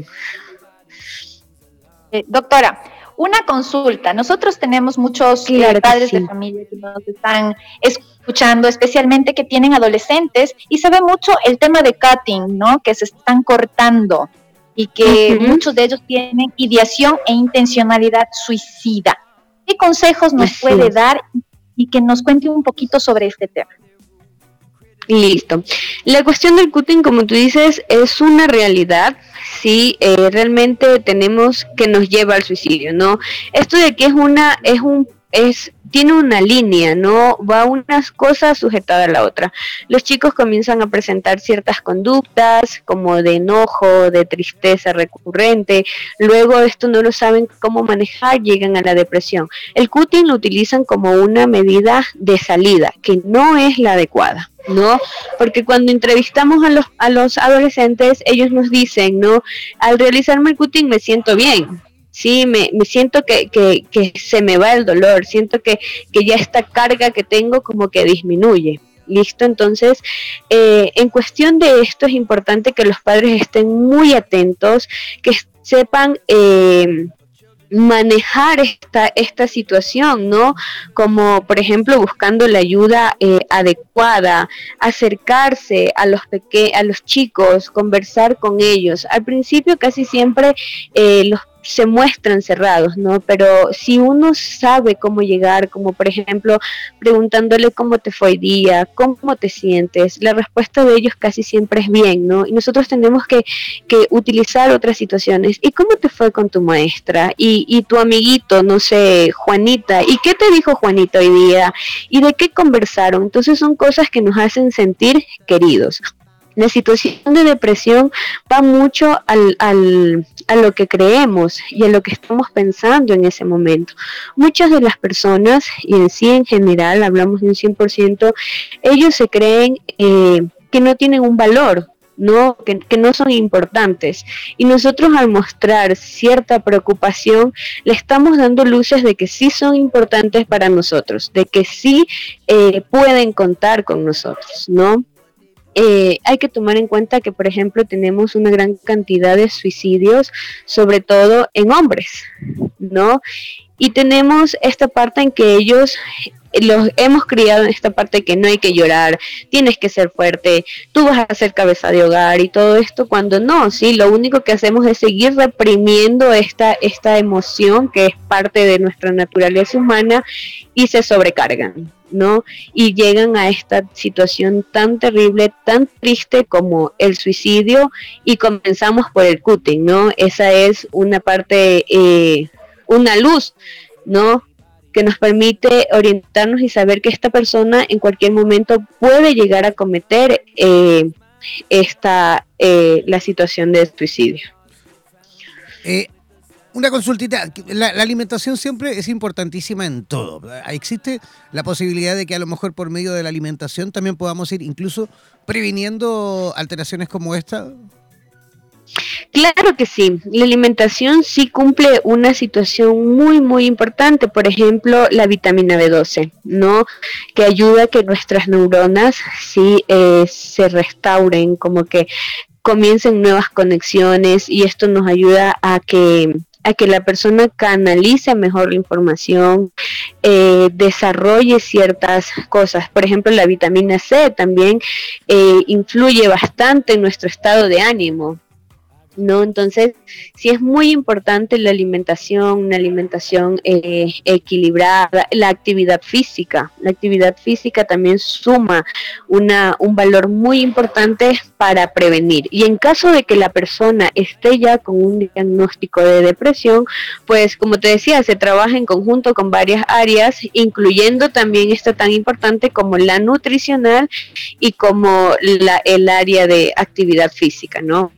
Eh, doctora, una consulta. Nosotros tenemos muchos claro eh, padres sí. de familia que nos están escuchando, especialmente que tienen adolescentes, y se ve mucho el tema de cutting, ¿no? Que se están cortando y que uh-huh. muchos de ellos tienen ideación e intencionalidad suicida. ¿Qué consejos nos Así puede es. dar y que nos cuente un poquito sobre este tema? Listo. La cuestión del cutting, como tú dices, es una realidad. Sí, eh, realmente tenemos que nos lleva al suicidio, ¿no? Esto de que es una, es un, es tiene una línea, no va una cosa sujetada a la otra. Los chicos comienzan a presentar ciertas conductas como de enojo, de tristeza recurrente, luego esto no lo saben cómo manejar, llegan a la depresión. El cutting lo utilizan como una medida de salida, que no es la adecuada, ¿no? Porque cuando entrevistamos a los, a los adolescentes, ellos nos dicen, ¿no? Al realizarme el cutting me siento bien. Sí, me, me siento que, que, que se me va el dolor, siento que, que ya esta carga que tengo como que disminuye. Listo, entonces eh, en cuestión de esto es importante que los padres estén muy atentos, que sepan eh, manejar esta, esta situación, ¿no? Como por ejemplo buscando la ayuda eh, adecuada, acercarse a los peque- a los chicos, conversar con ellos. Al principio casi siempre eh, los se muestran cerrados, ¿no? Pero si uno sabe cómo llegar, como por ejemplo preguntándole cómo te fue hoy día, cómo te sientes, la respuesta de ellos casi siempre es bien, ¿no? Y nosotros tenemos que, que utilizar otras situaciones. ¿Y cómo te fue con tu maestra? Y, y tu amiguito, no sé, Juanita, ¿y qué te dijo Juanita hoy día? ¿Y de qué conversaron? Entonces son cosas que nos hacen sentir queridos. La situación de depresión va mucho al, al, a lo que creemos y a lo que estamos pensando en ese momento. Muchas de las personas, y en sí en general, hablamos de un cien por ciento, ellos se creen eh, que no tienen un valor, ¿no? Que, que no son importantes. Y nosotros al mostrar cierta preocupación, le estamos dando luces de que sí son importantes para nosotros, de que sí eh, pueden contar con nosotros, ¿no? Eh, hay que tomar en cuenta que, por ejemplo, tenemos una gran cantidad de suicidios, sobre todo en hombres, ¿no? Y tenemos esta parte en que ellos los hemos criado en esta parte que no hay que llorar, tienes que ser fuerte, tú vas a ser cabeza de hogar y todo esto, cuando no, sí, lo único que hacemos es seguir reprimiendo esta, esta emoción que es parte de nuestra naturaleza humana y se sobrecargan, ¿no? Y llegan a esta situación tan terrible, tan triste como el suicidio, y comenzamos por el cutting, ¿no? Esa es una parte, eh, una luz, ¿no? Que nos permite orientarnos y saber que esta persona en cualquier momento puede llegar a cometer eh, esta eh, la situación de suicidio. Eh, una consultita, la, la alimentación siempre es importantísima en todo. ¿Existe la posibilidad de que a lo mejor por medio de la alimentación también podamos ir incluso previniendo alteraciones como esta? Claro que sí, la alimentación sí cumple una situación muy muy importante, por ejemplo la vitamina B doce, ¿no? Que ayuda a que nuestras neuronas sí eh, se restauren, como que comiencen nuevas conexiones, y esto nos ayuda a que a que la persona canalice mejor la información, eh, desarrolle ciertas cosas. Por ejemplo, la vitamina C también eh, influye bastante en nuestro estado de ánimo, ¿no? Entonces, sí es muy importante la alimentación, una alimentación eh, equilibrada, la actividad física. La actividad física también suma una, un valor muy importante para prevenir. Y en caso de que la persona esté ya con un diagnóstico de depresión, pues como te decía, se trabaja en conjunto con varias áreas, incluyendo también esta tan importante como la nutricional y como la, el área de actividad física, ¿no?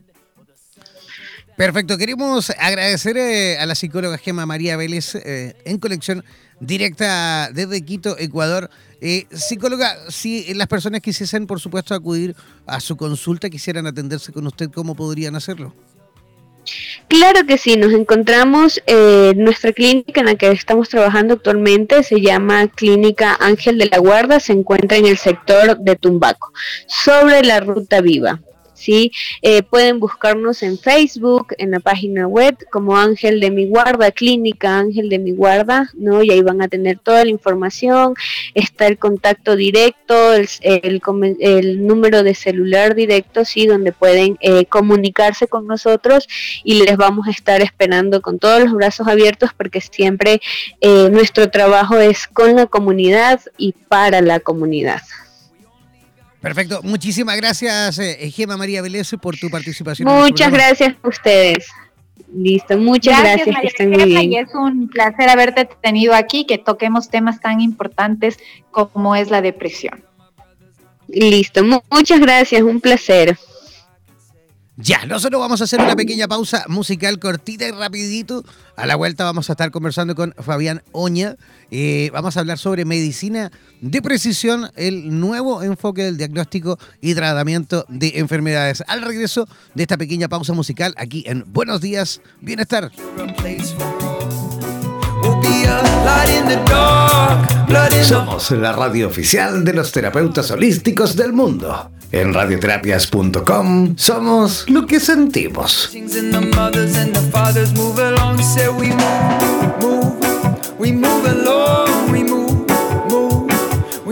Perfecto, queremos agradecer eh, a la psicóloga Gema María Vélez eh, en conexión directa desde Quito, Ecuador. Eh, psicóloga, si las personas quisiesen, por supuesto, acudir a su consulta, quisieran atenderse con usted, ¿cómo podrían hacerlo? Claro que sí, nos encontramos en eh, nuestra clínica en la que estamos trabajando actualmente, se llama Clínica Ángel de la Guarda, se encuentra en el sector de Tumbaco, sobre la Ruta Viva. ¿Sí? Eh, pueden buscarnos en Facebook, en la página web como Ángel de mi Guarda, Clínica Ángel de mi Guarda, ¿no? Y ahí van a tener toda la información, está el contacto directo, el, el, el número de celular directo, ¿sí? Donde pueden eh, comunicarse con nosotros, y les vamos a estar esperando con todos los brazos abiertos, porque siempre eh, nuestro trabajo es con la comunidad y para la comunidad. Perfecto, muchísimas gracias eh, Gema María Vélez por tu participación. Muchas gracias a ustedes. Listo, muchas gracias, gracias que estén muy bien. Y es un placer haberte tenido aquí, que toquemos temas tan importantes como es la depresión. Listo, mu- muchas gracias, un placer. Ya, nosotros vamos a hacer una pequeña pausa musical cortita y rapidito. A la vuelta vamos a estar conversando con Fabián Oña. Eh, vamos a hablar sobre medicina de precisión, el nuevo enfoque del diagnóstico y tratamiento de enfermedades. Al regreso de esta pequeña pausa musical aquí en Buenos Días, Bienestar. Somos la radio oficial de los terapeutas holísticos del mundo. En radioterapias punto com somos lo que sentimos.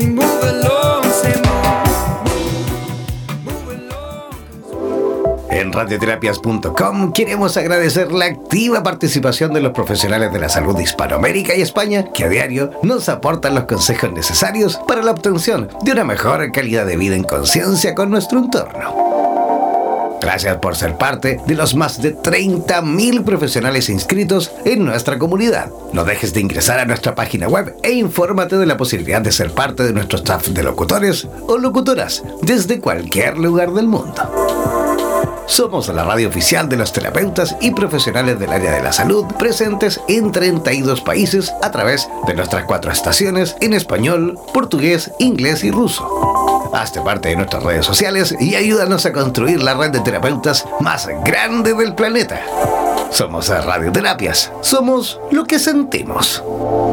En En radioterapias punto com queremos agradecer la activa participación de los profesionales de la salud de Hispanoamérica y España que a diario nos aportan los consejos necesarios para la obtención de una mejor calidad de vida en conciencia con nuestro entorno. Gracias por ser parte de los más de treinta mil profesionales inscritos en nuestra comunidad. No dejes de ingresar a nuestra página web e infórmate de la posibilidad de ser parte de nuestro staff de locutores o locutoras desde cualquier lugar del mundo. Somos la radio oficial de los terapeutas y profesionales del área de la salud presentes en treinta y dos países a través de nuestras cuatro estaciones en español, portugués, inglés y ruso. Hazte parte de nuestras redes sociales y ayúdanos a construir la red de terapeutas más grande del planeta. Somos Radioterapias. Somos lo que sentimos.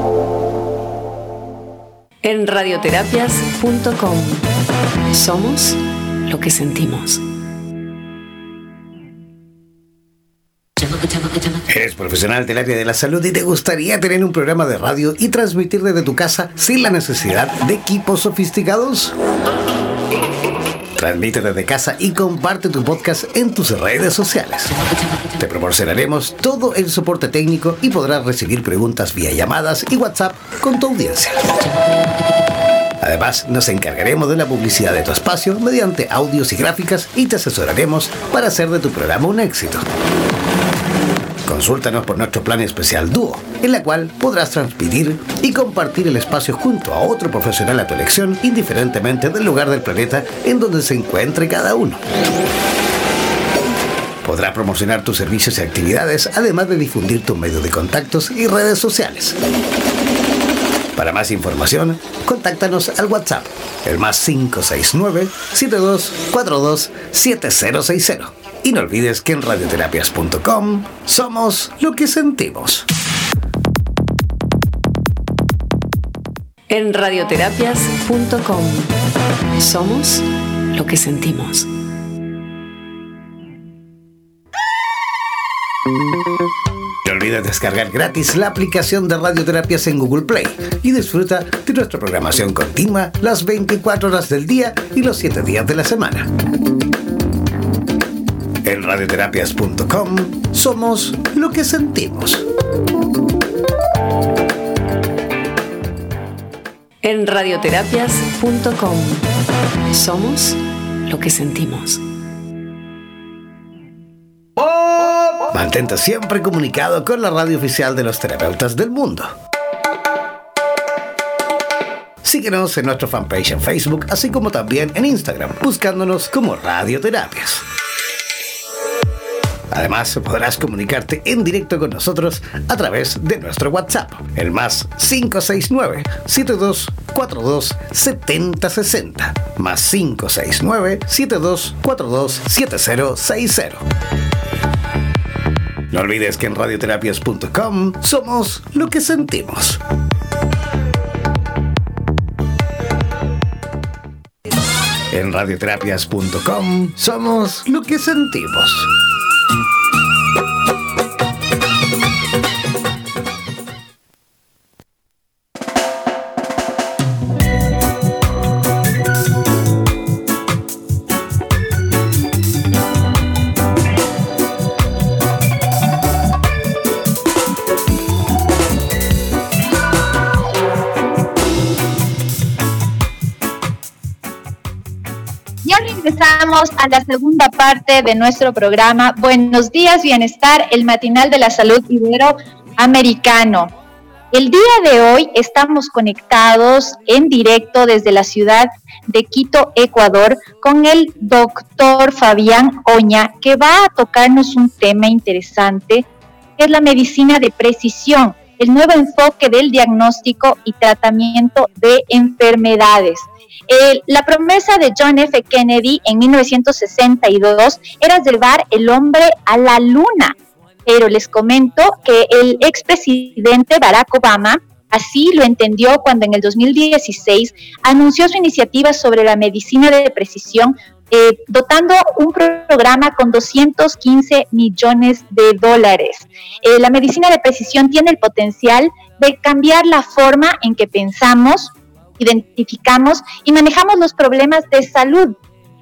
En radioterapias punto com. Somos lo que sentimos. ¿Eres profesional del área de la salud y te gustaría tener un programa de radio y transmitir desde tu casa sin la necesidad de equipos sofisticados? Transmite desde casa y comparte tu podcast en tus redes sociales. Te proporcionaremos todo el soporte técnico y podrás recibir preguntas vía llamadas y WhatsApp con tu audiencia. Además, nos encargaremos de la publicidad de tu espacio mediante audios y gráficas y te asesoraremos para hacer de tu programa un éxito. Consúltanos por nuestro plan especial Dúo, en la cual podrás transmitir y compartir el espacio junto a otro profesional a tu elección, indiferentemente del lugar del planeta en donde se encuentre cada uno. Podrás promocionar tus servicios y actividades, además de difundir tu medio de contactos y redes sociales. Para más información, contáctanos al WhatsApp, el más cinco seis nueve, siete dos cuatro dos, siete cero seis cero. Y no olvides que en radioterapias punto com somos lo que sentimos. En radioterapias punto com. Somos lo que sentimos. No olvides descargar gratis la aplicación de Radioterapias en Google Play y disfruta de nuestra programación continua las veinticuatro horas del día y los siete días de la semana. En radioterapias punto com somos lo que sentimos. En radioterapias punto com. Somos lo que sentimos. Mantente siempre comunicado con la radio oficial de los terapeutas del mundo. Síguenos en nuestro fanpage en Facebook, así como también en Instagram, buscándonos como Radioterapias. Además, podrás comunicarte en directo con nosotros a través de nuestro WhatsApp, el más cinco seis nueve, siete dos cuatro dos, siete cero seis cero, más cinco seis nueve, siete dos cuatro dos, siete cero seis cero. No olvides que en radioterapias punto com somos lo que sentimos. En radioterapias punto com somos lo que sentimos. Regresamos a la segunda parte de nuestro programa Buenos Días Bienestar, el matinal de la salud iberoamericano. El día de hoy estamos conectados en directo desde la ciudad de Quito, Ecuador, con el doctor Fabián Oña, que va a tocarnos un tema interesante, que es la medicina de precisión, el nuevo enfoque del diagnóstico y tratamiento de enfermedades. Eh, la promesa de John F. Kennedy en mil novecientos sesenta y dos era llevar el hombre a la luna, pero les comento que el expresidente Barack Obama así lo entendió cuando en el dos mil dieciséis anunció su iniciativa sobre la medicina de precisión, eh, dotando un programa con doscientos quince millones de dólares. Eh, la medicina de precisión tiene el potencial de cambiar la forma en que pensamos, identificamos y manejamos los problemas de salud.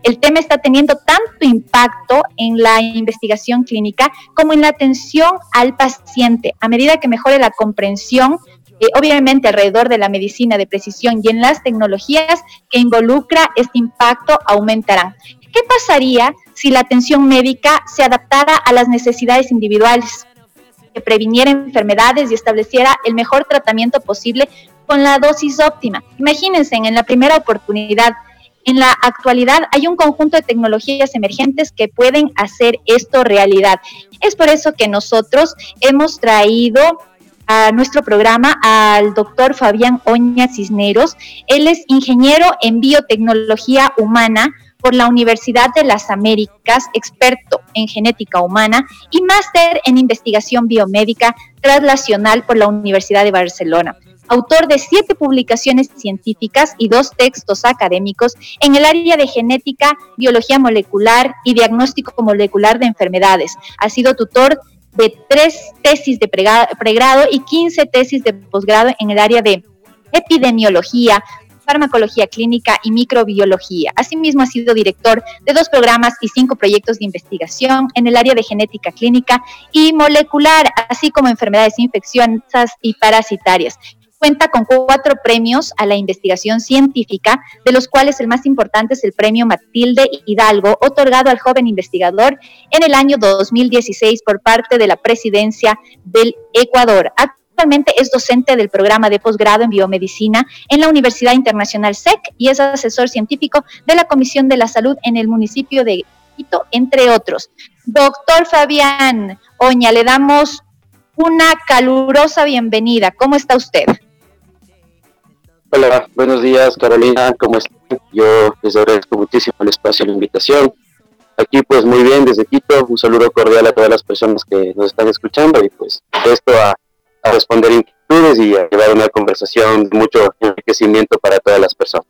el tema está teniendo tanto impacto en la investigación clínica como en la atención al paciente. A medida que mejore la comprensión, eh, obviamente alrededor de la medicina de precisión y en las tecnologías que involucra este impacto aumentarán. ¿Qué pasaría si la atención médica se adaptara a las necesidades individuales, que previniera enfermedades y estableciera el mejor tratamiento posible con la dosis óptima? Imagínense, en la primera oportunidad, en la actualidad hay un conjunto de tecnologías emergentes que pueden hacer esto realidad. Es por eso que nosotros hemos traído a nuestro programa al doctor Fabián Oña Cisneros. Él es ingeniero en biotecnología humana por la Universidad de las Américas, experto en genética humana y máster en investigación biomédica translacional por la Universidad de Barcelona. Autor de siete publicaciones científicas y dos textos académicos en el área de genética, biología molecular y diagnóstico molecular de enfermedades. Ha sido tutor de tres tesis de pregrado y quince tesis de posgrado en el área de epidemiología, farmacología clínica y microbiología. Asimismo, ha sido director de dos programas y cinco proyectos de investigación en el área de genética clínica y molecular, así como enfermedades infecciosas y parasitarias. Cuenta con cuatro premios a la investigación científica, de los cuales el más importante es el premio Matilde Hidalgo, otorgado al joven investigador en el año dos mil dieciséis por parte de la Presidencia del Ecuador. Actualmente es docente del programa de posgrado en biomedicina en la Universidad Internacional S E C y es asesor científico de la Comisión de la Salud en el municipio de Quito, entre otros. Doctor Fabián Oña, le damos una calurosa bienvenida. ¿Cómo está usted? Hola, buenos días, Carolina, ¿cómo estás? Yo les agradezco muchísimo el espacio y la invitación. Aquí pues muy bien desde Quito, un saludo cordial a todas las personas que nos están escuchando y pues esto a, a responder inquietudes y a llevar una conversación de mucho enriquecimiento para todas las personas.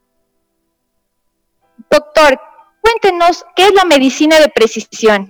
Doctor, cuéntenos, ¿qué es la medicina de precisión?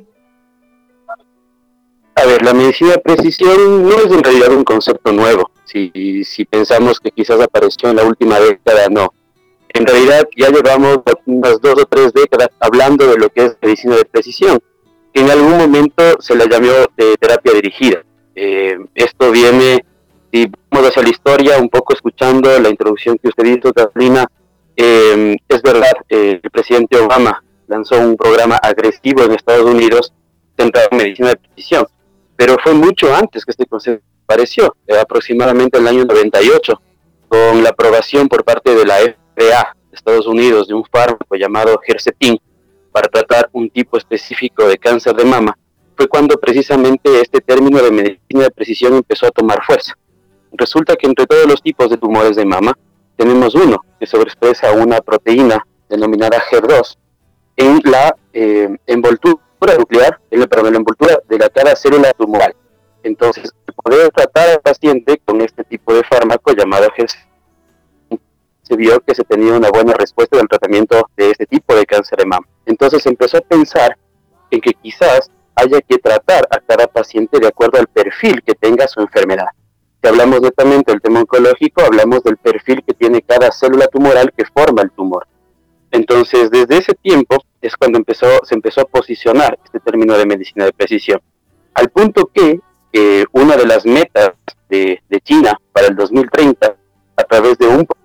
A ver, la medicina de precisión no es en realidad un concepto nuevo. Si, si pensamos que quizás apareció en la última década, no. En realidad ya llevamos unas dos o tres décadas hablando de lo que es medicina de precisión. En algún momento se la llamó eh, terapia dirigida. Eh, esto viene, si vamos hacia la historia, un poco escuchando la introducción que usted hizo, Carolina, eh, es verdad, eh, el presidente Obama lanzó un programa agresivo en Estados Unidos centrado en medicina de precisión. Pero fue mucho antes que este concepto apareció, eh, aproximadamente en el año noventa y ocho, con la aprobación por parte de la F D A de Estados Unidos de un fármaco llamado Herceptin para tratar un tipo específico de cáncer de mama. Fue cuando precisamente este término de medicina de precisión empezó a tomar fuerza. Resulta que entre todos los tipos de tumores de mama tenemos uno que sobreexpresa una proteína denominada H E R dos en la eh, envoltura nuclear, en la, perdón, en la envoltura de la cada célula tumoral. Entonces, poder tratar al paciente con este tipo de fármaco llamado Herceptin, se vio que se tenía una buena respuesta del tratamiento de este tipo de cáncer de mama. Entonces se empezó a pensar en que quizás haya que tratar a cada paciente de acuerdo al perfil que tenga su enfermedad. Si hablamos netamente del tema oncológico, hablamos del perfil que tiene cada célula tumoral que forma el tumor. Entonces, desde ese tiempo es cuando empezó, se empezó a posicionar este término de medicina de precisión, al punto que eh, una de las metas de, de China para el dos mil treinta, a través de un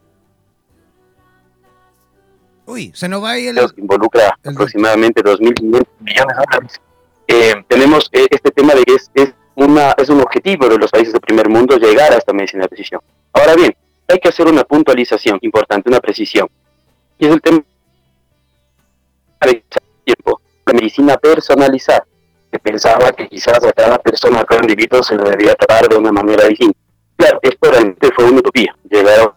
Uy, se nos va ahí el... que involucra el... aproximadamente dos mil quinientos millones de dólares, eh, tenemos eh, este tema de que es, es, una, es un objetivo de los países del primer mundo llegar a esta medicina de precisión. Ahora bien, hay que hacer una puntualización importante, una precisión. Y es el tema de tiempo, la medicina personalizada, que pensaba que quizás a cada persona, a cada individuo se lo debía tratar de una manera distinta. Claro, esto realmente fue una utopía. Llegaron.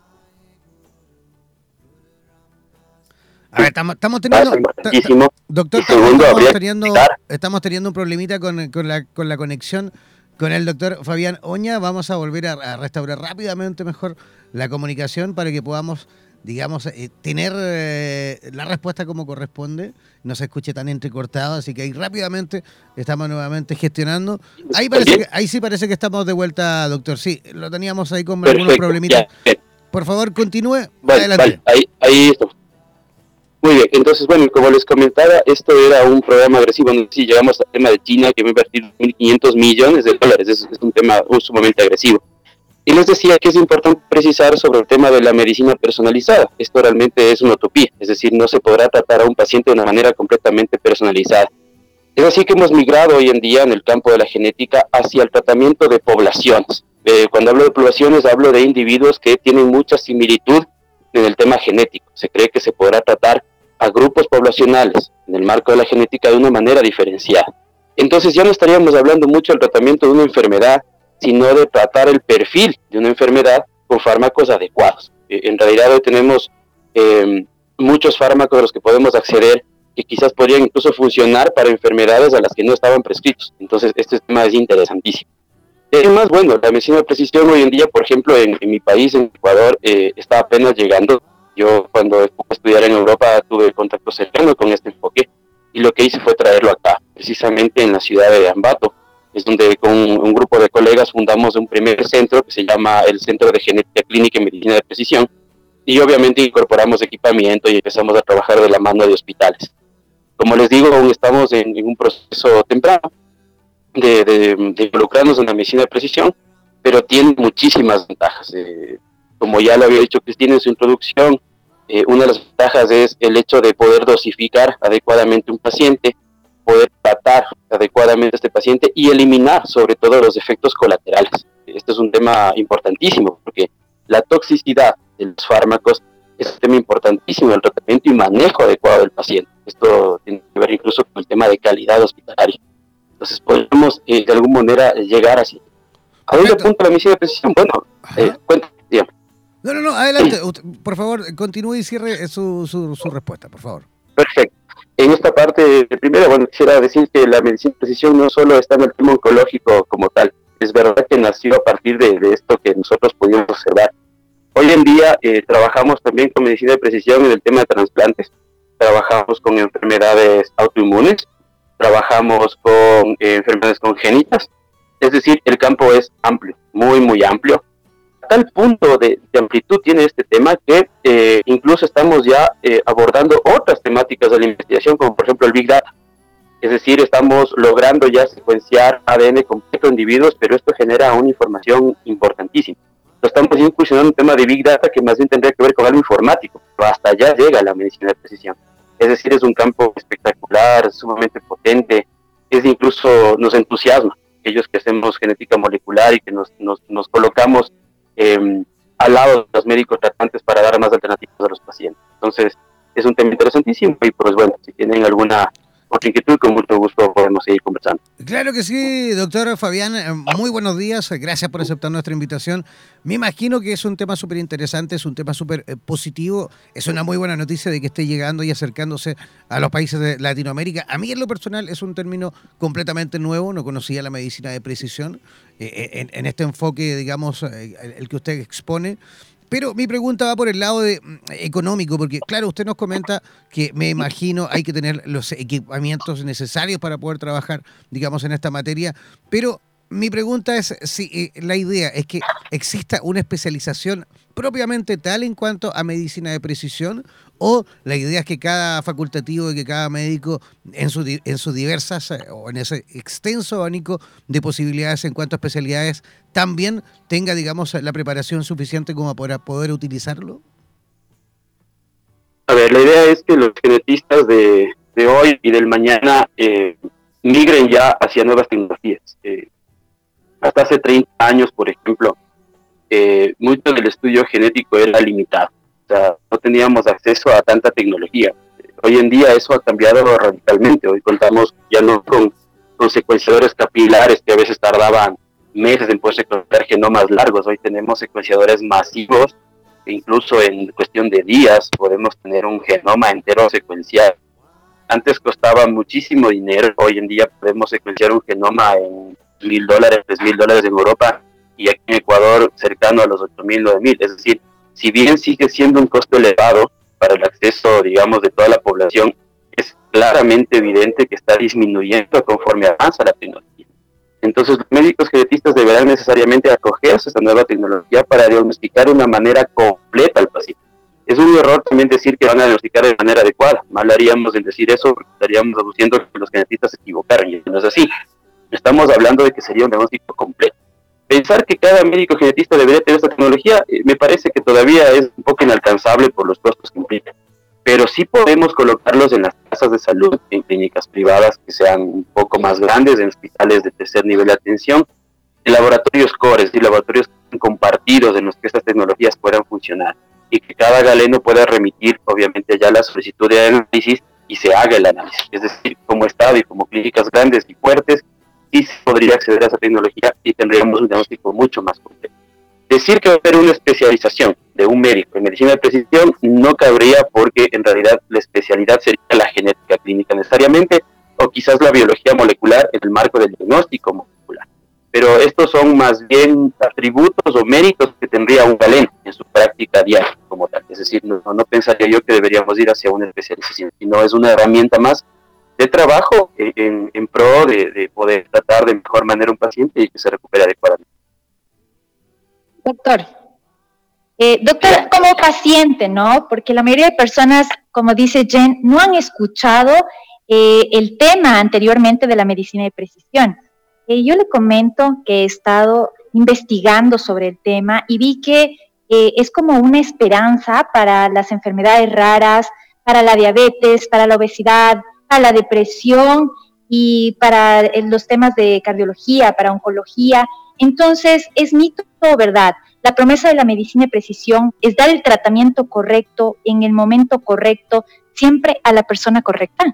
A ver, estamos, estamos teniendo, doctor, segundo, estamos teniendo, estamos teniendo un problemita con, con, la, con la conexión con el doctor Fabián Oña. Vamos a volver a, a restaurar rápidamente mejor la comunicación para que podamos, digamos, eh, tener eh, la respuesta como corresponde, no se escuche tan entrecortado, así que ahí rápidamente estamos nuevamente gestionando. Ahí parece que, ahí sí parece que estamos de vuelta, doctor. Sí, lo teníamos ahí con Perfecto, algunos problemitas. Ya, Por favor, continúe. Vale, Adelante. Vale, ahí, ahí estamos. Muy bien, entonces, bueno, como les comentaba, esto era un programa agresivo. No sé si llegamos al tema de China, que va a invertir mil quinientos millones de dólares, es, es un tema uh, sumamente agresivo. Y les decía que es importante precisar sobre el tema de la medicina personalizada. Esto realmente es una utopía, es decir, no se podrá tratar a un paciente de una manera completamente personalizada. Es así que hemos migrado hoy en día en el campo de la genética hacia el tratamiento de poblaciones. Eh, cuando hablo de poblaciones, hablo de individuos que tienen mucha similitud en el tema genético. Se cree que se podrá tratar a grupos poblacionales en el marco de la genética de una manera diferenciada. Entonces ya no estaríamos hablando mucho del tratamiento de una enfermedad, sino de tratar el perfil de una enfermedad con fármacos adecuados. Eh, en realidad hoy tenemos eh, muchos fármacos a los que podemos acceder que quizás podrían incluso funcionar para enfermedades a las que no estaban prescritos. Entonces este tema es interesantísimo. Y además, bueno, la medicina de precisión hoy en día, por ejemplo, en, en mi país, en Ecuador, eh, está apenas llegando. Yo cuando estudiar en Europa tuve contacto cercano con este enfoque y lo que hice fue traerlo acá, precisamente en la ciudad de Ambato. Es donde con un grupo de colegas fundamos un primer centro que se llama el Centro de Genética Clínica y Medicina de Precisión, y obviamente incorporamos equipamiento y empezamos a trabajar de la mano de hospitales. Como les digo, aún estamos en, en un proceso temprano de, de, de involucrarnos en la medicina de precisión, pero tiene muchísimas ventajas. Eh, como ya lo había dicho Cristina en su introducción, eh, una de las ventajas es el hecho de poder dosificar adecuadamente un paciente, poder tratar adecuadamente a este paciente y eliminar sobre todo los efectos colaterales. Este es un tema importantísimo porque la toxicidad de los fármacos es un tema importantísimo, el tratamiento y manejo adecuado del paciente. Esto tiene que ver incluso con el tema de calidad hospitalaria. Entonces podemos eh, de alguna manera llegar así. ¿A dónde apunta la medicina de precisión? Bueno, eh, cuéntame, dígame. No, no, no, adelante. Usted, por favor, continúe y cierre su, su, su respuesta, por favor. Perfecto. En esta parte, primero, bueno, quisiera decir que la medicina de precisión no solo está en el tema oncológico como tal. Es verdad que nació a partir de, de esto que nosotros pudimos observar. Hoy en día eh, trabajamos también con medicina de precisión en el tema de trasplantes. Trabajamos con enfermedades autoinmunes, trabajamos con eh, enfermedades congénitas. Es decir, el campo es amplio, muy, muy amplio. A tal punto de, de amplitud tiene este tema que eh, incluso estamos ya eh, abordando otras temáticas de la investigación, como por ejemplo el Big Data. Es decir, estamos logrando ya secuenciar A D N completo de individuos, pero esto genera una información importantísima. Lo estamos incursionando en un tema de Big Data que más bien tendría que ver con algo informático, pero hasta allá llega la medicina de precisión. Es decir, es un campo espectacular, sumamente potente, es incluso nos entusiasma. Aquellos que hacemos genética molecular y que nos, nos, nos colocamos eh, al lado de los médicos tratantes para dar más alternativas a los pacientes. Entonces, es un tema interesantísimo y pues bueno, si tienen alguna otra inquietud, con mucho gusto podemos seguir conversando. Claro que sí, doctor Fabián, muy buenos días, gracias por aceptar nuestra invitación. Me imagino que es un tema súper interesante, es un tema súper eh, positivo, es una muy buena noticia de que esté llegando y acercándose a los países de Latinoamérica. A mí en lo personal es un término completamente nuevo, no conocía la medicina de precisión, eh, en, en este enfoque, digamos, eh, el que usted expone. Pero mi pregunta va por el lado de, económico, porque claro, usted nos comenta que me imagino hay que tener los equipamientos necesarios para poder trabajar, digamos, en esta materia, pero mi pregunta es si eh, la idea es que exista una especialización propiamente tal en cuanto a medicina de precisión, o la idea es que cada facultativo y que cada médico en, su, en sus diversas eh, o en ese extenso abanico de posibilidades en cuanto a especialidades también tenga, digamos, la preparación suficiente como para poder utilizarlo. A ver, la idea es que los genetistas de, de hoy y del mañana eh, migren ya hacia nuevas tecnologías. Eh, hasta hace treinta años, por ejemplo, eh, mucho del estudio genético era limitado. O sea, no teníamos acceso a tanta tecnología. Hoy en día eso ha cambiado radicalmente. Hoy contamos ya no con, con secuenciadores capilares que a veces tardaban meses en poder secuenciar genomas largos. Hoy tenemos secuenciadores masivos, e incluso en cuestión de días podemos tener un genoma entero secuenciado. Antes costaba muchísimo dinero, hoy en día podemos secuenciar un genoma en mil dólares, tres mil dólares en Europa, y aquí en Ecuador cercano a los ocho mil, nueve mil. Es decir, si bien sigue siendo un costo elevado para el acceso, digamos, de toda la población, es claramente evidente que está disminuyendo conforme avanza la tecnología. Entonces, los médicos genetistas deberán necesariamente acogerse a esta nueva tecnología para diagnosticar de una manera completa al paciente. Es un error también decir que van a diagnosticar de manera adecuada. Mal haríamos en decir eso, porque estaríamos aduciendo que los genetistas se equivocaron, y no es así. Estamos hablando de que sería un diagnóstico completo. Pensar que cada médico genetista debería tener esta tecnología, eh, me parece que todavía es un poco inalcanzable por los costos que implica. Pero sí podemos colocarlos en las casas de salud, en clínicas privadas que sean un poco más grandes, en hospitales de tercer nivel de atención, en laboratorios core, y laboratorios compartidos en los que estas tecnologías puedan funcionar, y que cada galeno pueda remitir, obviamente, ya la solicitud de análisis y se haga el análisis. Es decir, como Estado y como clínicas grandes y fuertes, sí se podría acceder a esa tecnología y tendríamos un diagnóstico mucho más completo. Decir que va a haber una especialización de un médico en medicina de precisión no cabría, porque en realidad la especialidad sería la genética clínica necesariamente, o quizás la biología molecular en el marco del diagnóstico molecular. Pero estos son más bien atributos o méritos que tendría un galeno en su práctica diaria como tal. Es decir, no, no pensaría yo que deberíamos ir hacia una especialización, sino es una herramienta más de trabajo en, en pro de, de poder tratar de mejor manera a un paciente y que se recupere adecuadamente. Doctor, eh, doctor, como paciente, ¿no? Porque la mayoría de personas, como dice Jen, no han escuchado eh, el tema anteriormente de la medicina de precisión. Eh, yo le comento que he estado investigando sobre el tema y vi que eh, es como una esperanza para las enfermedades raras, para la diabetes, para la obesidad, para la depresión y para eh, los temas de cardiología, para oncología. Entonces, es mito o verdad. La promesa de la medicina de precisión es dar el tratamiento correcto, en el momento correcto, siempre a la persona correcta.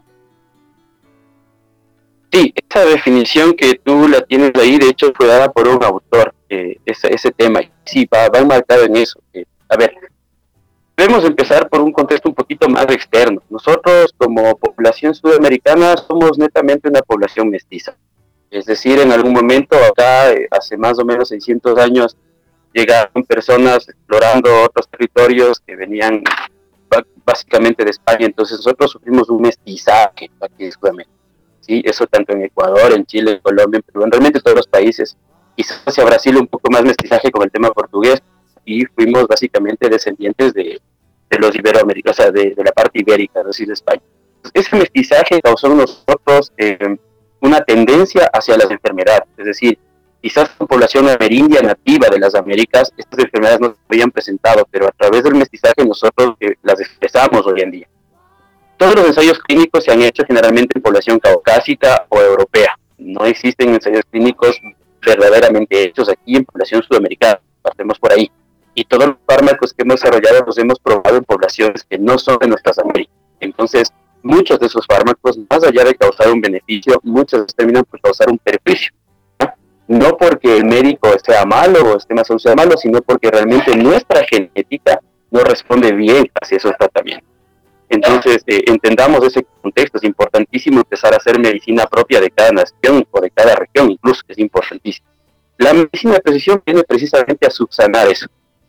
Sí, esa definición que tú la tienes ahí, de hecho, fue dada por un autor, eh, ese, ese tema. Sí, va, va enmarcado en eso. Eh, a ver, debemos empezar por un contexto un poquito más externo. Nosotros, como población sudamericana, somos netamente una población mestiza. Es decir, en algún momento acá, eh, hace más o menos seiscientos años, llegaron personas explorando otros territorios que venían básicamente de España. Entonces nosotros sufrimos un mestizaje aquí en Sudamérica. Sí, eso tanto en Ecuador, en Chile, en Colombia, en Perú, en realmente todos los países. Quizás hacia Brasil un poco más mestizaje con el tema portugués, y fuimos básicamente descendientes de, de los iberoamericanos, o sea, de, de la parte ibérica, es decir, de España. Ese mestizaje causó en nosotros eh, una tendencia hacia las enfermedades, es decir, quizás la población amerindia nativa de las Américas, estas enfermedades no se habían presentado, pero a través del mestizaje nosotros eh, las expresamos hoy en día. Todos los ensayos clínicos se han hecho generalmente en población caucásica o europea. No existen ensayos clínicos verdaderamente hechos aquí en población sudamericana, partemos por ahí. Y todos los fármacos que hemos desarrollado los hemos probado en poblaciones que no son de nuestras Américas. Entonces, muchos de esos fármacos, más allá de causar un beneficio, muchos veces terminan por causar un perjuicio. ¿no? no porque el médico sea malo o esté más o sea malo, sino porque realmente nuestra genética no responde bien hacia esos tratamientos. Entonces, eh, entendamos ese contexto. Es importantísimo empezar a hacer medicina propia de cada nación o de cada región, incluso, es importantísimo. La medicina de precisión viene precisamente a subsanar eso.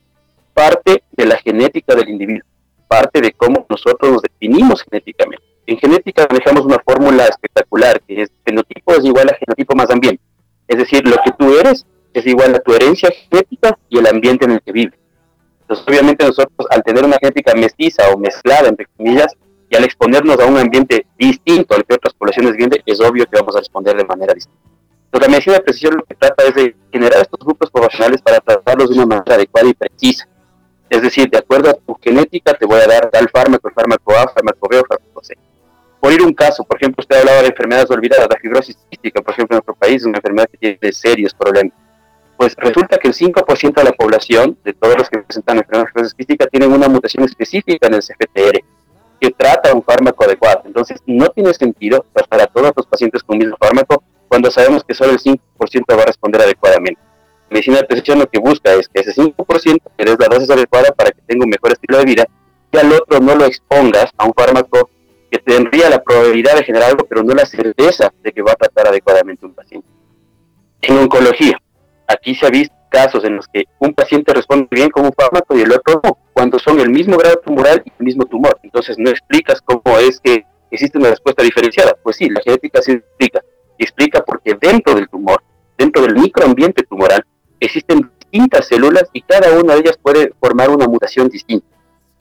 Parte de la genética del individuo, parte de cómo nosotros nos definimos genéticamente. En genética manejamos una fórmula espectacular, que es fenotipo es igual a genotipo más ambiente. Es decir, lo que tú eres es igual a tu herencia genética y el ambiente en el que vives. Entonces, obviamente nosotros, al tener una genética mestiza o mezclada, entre comillas, y al exponernos a un ambiente distinto al que otras poblaciones viven, es obvio que vamos a responder de manera distinta. Entonces, la medicina de precisión lo que trata es de generar estos grupos poblacionales para tratarlos de una manera adecuada y precisa. Es decir, de acuerdo a tu genética, te voy a dar tal fármaco, el fármaco A, fármaco B o fármaco C. Por ir un caso, por ejemplo, usted hablaba de enfermedades olvidadas, la fibrosis quística, por ejemplo, en nuestro país es una enfermedad que tiene serios problemas. Pues resulta que el cinco por ciento de la población, de todos los que presentan enfermedad de fibrosis quística, tienen una mutación específica en el C F T R, que trata un fármaco adecuado. Entonces, no tiene sentido tratar a todos los pacientes con el mismo fármaco cuando sabemos que solo el cinco por ciento va a responder adecuadamente. La medicina de precisión lo que busca es que ese cinco por ciento le des la dosis adecuada para que tenga un mejor estilo de vida, y al otro no lo expongas a un fármaco que tendría la probabilidad de generar algo, pero no la certeza de que va a tratar adecuadamente un paciente. En oncología, aquí se ha visto casos en los que un paciente responde bien con un fármaco y el otro no, cuando son el mismo grado tumoral y el mismo tumor. Entonces no explicas cómo es que existe una respuesta diferenciada. Pues sí, la genética sí explica. Y explica porque dentro del tumor, dentro del microambiente tumoral, existen distintas células y cada una de ellas puede formar una mutación distinta.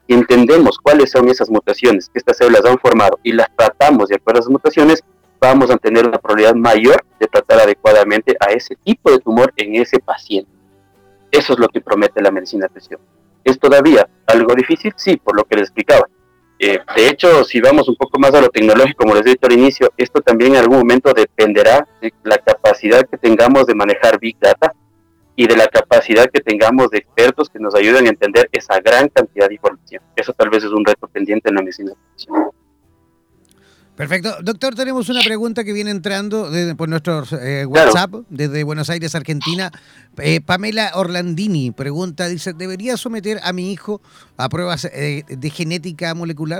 Si entendemos cuáles son esas mutaciones que estas células han formado y las tratamos de acuerdo a esas mutaciones, vamos a tener una probabilidad mayor de tratar adecuadamente a ese tipo de tumor en ese paciente. Eso es lo que promete la medicina de precisión. ¿Es todavía algo difícil? Sí, por lo que les explicaba. Eh, de hecho, si vamos un poco más a lo tecnológico, como les he dicho al inicio, esto también en algún momento dependerá de la capacidad que tengamos de manejar Big Data y de la capacidad que tengamos de expertos que nos ayuden a entender esa gran cantidad de información. Eso tal vez es un reto pendiente en la medicina de precisión. Perfecto. Doctor, tenemos una pregunta que viene entrando desde, por nuestro eh, WhatsApp, claro, desde Buenos Aires, Argentina. Eh, Pamela Orlandini pregunta, dice, ¿debería someter a mi hijo a pruebas eh, de genética molecular?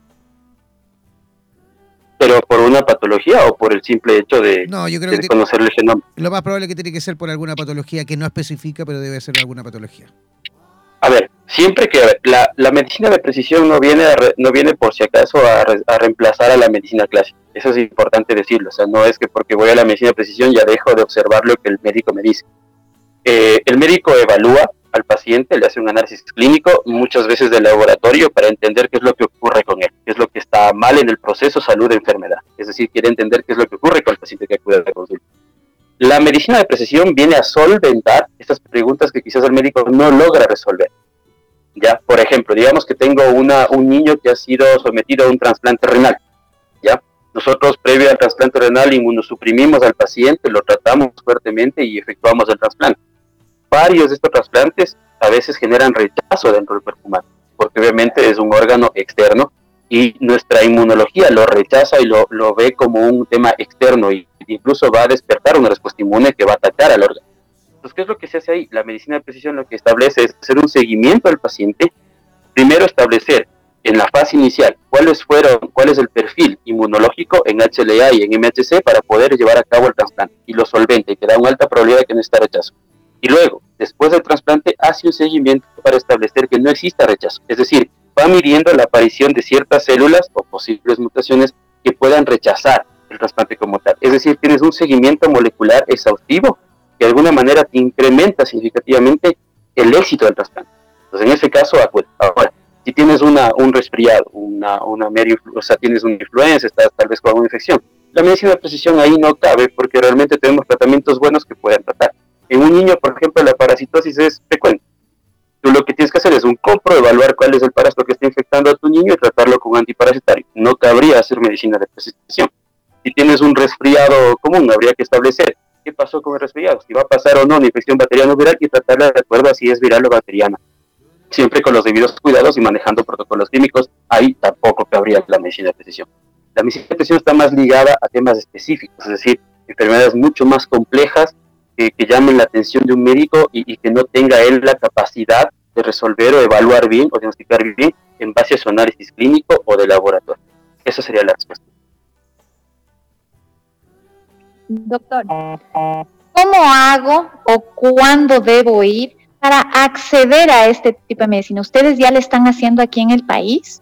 ¿Pero por una patología o por el simple hecho de, no, yo creo de que conocer el genoma? Lo más probable es que tiene que ser por alguna patología que no especifica, pero debe ser alguna patología. A ver, siempre que ver, la, la medicina de precisión no viene a re, no viene por si acaso a, re, a reemplazar a la medicina clásica. Eso es importante decirlo. O sea, no es que porque voy a la medicina de precisión ya dejo de observar lo que el médico me dice. Eh, el médico evalúa al paciente, le hace un análisis clínico, muchas veces de laboratorio, para entender qué es lo que ocurre con él, qué es lo que está mal en el proceso salud-enfermedad. Es decir, quiere entender qué es lo que ocurre con el paciente que acude a la consulta. La medicina de precisión viene a solventar estas preguntas que quizás el médico no logra resolver. Ya, por ejemplo, digamos que tengo una, un niño que ha sido sometido a un trasplante renal. Ya, nosotros previo al trasplante renal inmunosuprimimos al paciente, lo tratamos fuertemente y efectuamos el trasplante. Varios de estos trasplantes a veces generan rechazo dentro del cuerpo humano, porque obviamente es un órgano externo y nuestra inmunología lo rechaza y lo, lo ve como un tema externo y incluso va a despertar una respuesta inmune que va a atacar al órgano. Entonces, ¿qué es lo que se hace ahí? La medicina de precisión lo que establece es hacer un seguimiento al paciente. Primero establecer en la fase inicial cuáles fueron, cuál es el perfil inmunológico en H L A y en M H C para poder llevar a cabo el trasplante y lo solvente y que da una alta probabilidad de que no exista rechazo. Y luego, después del trasplante, hace un seguimiento para establecer que no exista rechazo. Es decir, va midiendo la aparición de ciertas células o posibles mutaciones que puedan rechazar el trasplante como tal. Es decir, tienes un seguimiento molecular exhaustivo que de alguna manera te incrementa significativamente el éxito del trasplante. Entonces, en ese caso, acude. Ahora, si tienes una, un resfriado, una, una medio, o sea, tienes una influenza, estás tal vez con una infección, la medicina de precisión ahí no cabe porque realmente tenemos tratamientos buenos que pueden tratar. En un niño, por ejemplo, la parasitosis es frecuente. Tú lo que tienes que hacer es un compro, evaluar cuál es el parásito que está infectando a tu niño y tratarlo con antiparasitario. No cabría hacer medicina de precisión. Si tienes un resfriado común, habría que establecer qué pasó con el resfriado, si va a pasar o no una infección bacteriana o viral y tratarla de acuerdo a si es viral o bacteriana. Siempre con los debidos cuidados y manejando protocolos químicos, ahí tampoco cabría la medicina de precisión. La medicina de precisión está más ligada a temas específicos, es decir, enfermedades mucho más complejas que, que llamen la atención de un médico y, y que no tenga él la capacidad de resolver o evaluar bien o diagnosticar bien en base a su análisis clínico o de laboratorio. Esa sería la respuesta. Doctor, ¿cómo hago o cuándo debo ir para acceder a este tipo de medicina? ¿Ustedes ya lo están haciendo aquí en el país?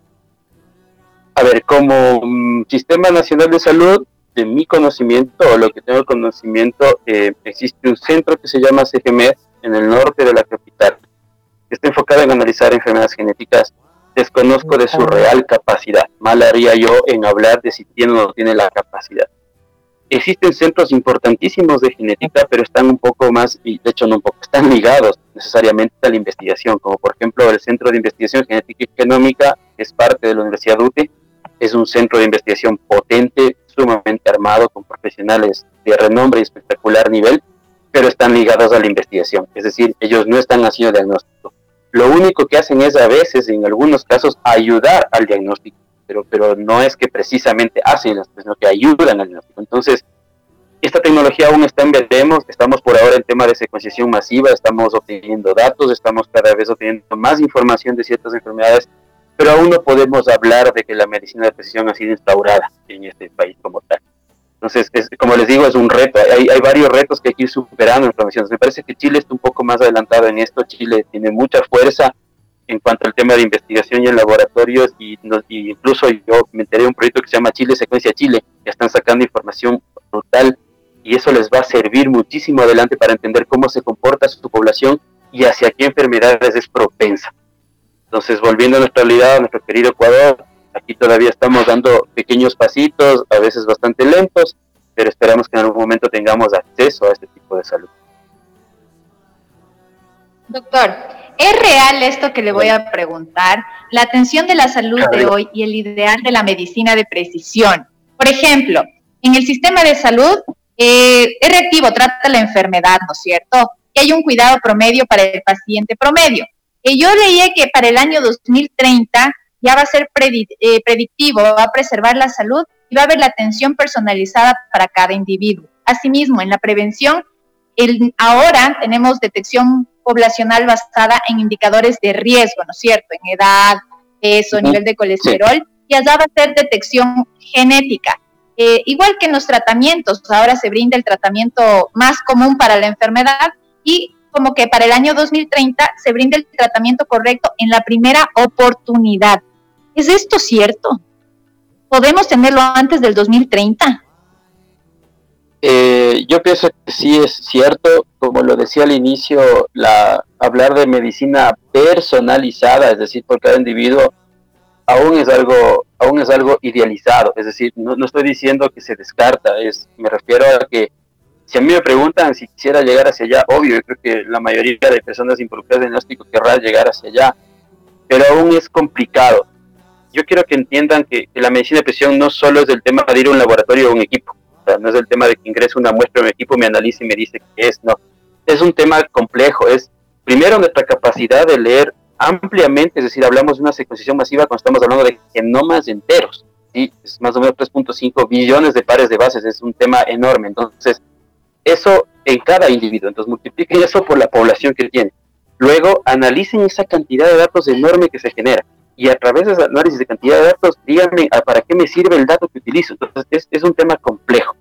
A ver, como um, Sistema Nacional de Salud, de mi conocimiento, o lo que tengo conocimiento, eh, existe un centro que se llama C G M E D en el norte de la capital, que está enfocado en analizar enfermedades genéticas. Desconozco de su real capacidad. Mal haría yo en hablar de si tiene o no tiene la capacidad. Existen centros importantísimos de genética, pero están un poco más, y de hecho no un poco, están ligados necesariamente a la investigación, como por ejemplo el Centro de Investigación Genética y Genómica, que es parte de la Universidad U T E, es un centro de investigación potente, sumamente armado, con profesionales de renombre y espectacular nivel, pero están ligados a la investigación, es decir, ellos no están haciendo diagnóstico. Lo único que hacen es a veces, en algunos casos, ayudar al diagnóstico. Pero, pero no es que precisamente hacen, sino que ayudan al diagnóstico. Entonces, esta tecnología aún está en veremos, estamos por ahora en tema de secuenciación masiva, estamos obteniendo datos, estamos cada vez obteniendo más información de ciertas enfermedades, pero aún no podemos hablar de que la medicina de precisión ha sido instaurada en este país como tal. Entonces, es, como les digo, es un reto, hay, hay varios retos que hay que ir superando en información. Me parece que Chile está un poco más adelantado en esto, Chile tiene mucha fuerza en cuanto al tema de investigación y en laboratorios, y, nos, y incluso yo me enteré de un proyecto que se llama Chile Secuencia Chile, que están sacando información brutal, y eso les va a servir muchísimo adelante para entender cómo se comporta su población y hacia qué enfermedades es propensa. Entonces, volviendo a nuestra realidad, a nuestro querido Ecuador, aquí todavía estamos dando pequeños pasitos, a veces bastante lentos, pero esperamos que en algún momento tengamos acceso a este tipo de salud. Doctor, ¿es real esto que le voy a preguntar? La atención de la salud de hoy y el ideal de la medicina de precisión. Por ejemplo, en el sistema de salud eh, es reactivo, trata la enfermedad, ¿no es cierto? Y hay un cuidado promedio para el paciente promedio. Y yo leía que para el año dos mil treinta ya va a ser predic- eh, predictivo, va a preservar la salud y va a haber la atención personalizada para cada individuo. Asimismo, en la prevención, el, ahora tenemos detección poblacional basada en indicadores de riesgo, ¿no es cierto? En edad, peso, uh-huh. nivel de colesterol, sí. Y allá va a ser detección genética. Eh, igual que en los tratamientos, ahora se brinda el tratamiento más común para la enfermedad y como que para el año dos mil treinta se brinda el tratamiento correcto en la primera oportunidad. ¿Es esto cierto? ¿Podemos tenerlo antes del dos mil treinta? Eh, yo pienso que sí es cierto, como lo decía al inicio, la, hablar de medicina personalizada, es decir, por cada individuo, aún es algo, aún es algo idealizado, es decir, no, no estoy diciendo que se descarta, es, me refiero a que si a mí me preguntan si quisiera llegar hacia allá, obvio, yo creo que la mayoría de personas involucradas en diagnóstico querrá llegar hacia allá, pero aún es complicado. Yo quiero que entiendan que, que la medicina de precisión no solo es el tema de ir a un laboratorio o un equipo. No es el tema de que ingrese una muestra en mi equipo, me analice y me dice qué es, no. Es un tema complejo, es primero nuestra capacidad de leer ampliamente, es decir, hablamos de una secuenciación masiva cuando estamos hablando de genomas enteros, ¿sí? Es más o menos tres punto cinco billones de pares de bases, es un tema enorme, entonces, eso en cada individuo, entonces multipliquen eso por la población que tiene. Luego, analicen esa cantidad de datos enorme que se genera. Y a través de ese análisis de cantidad de datos, díganme para qué me sirve el dato que utilizo. Entonces, es, es un tema complejo.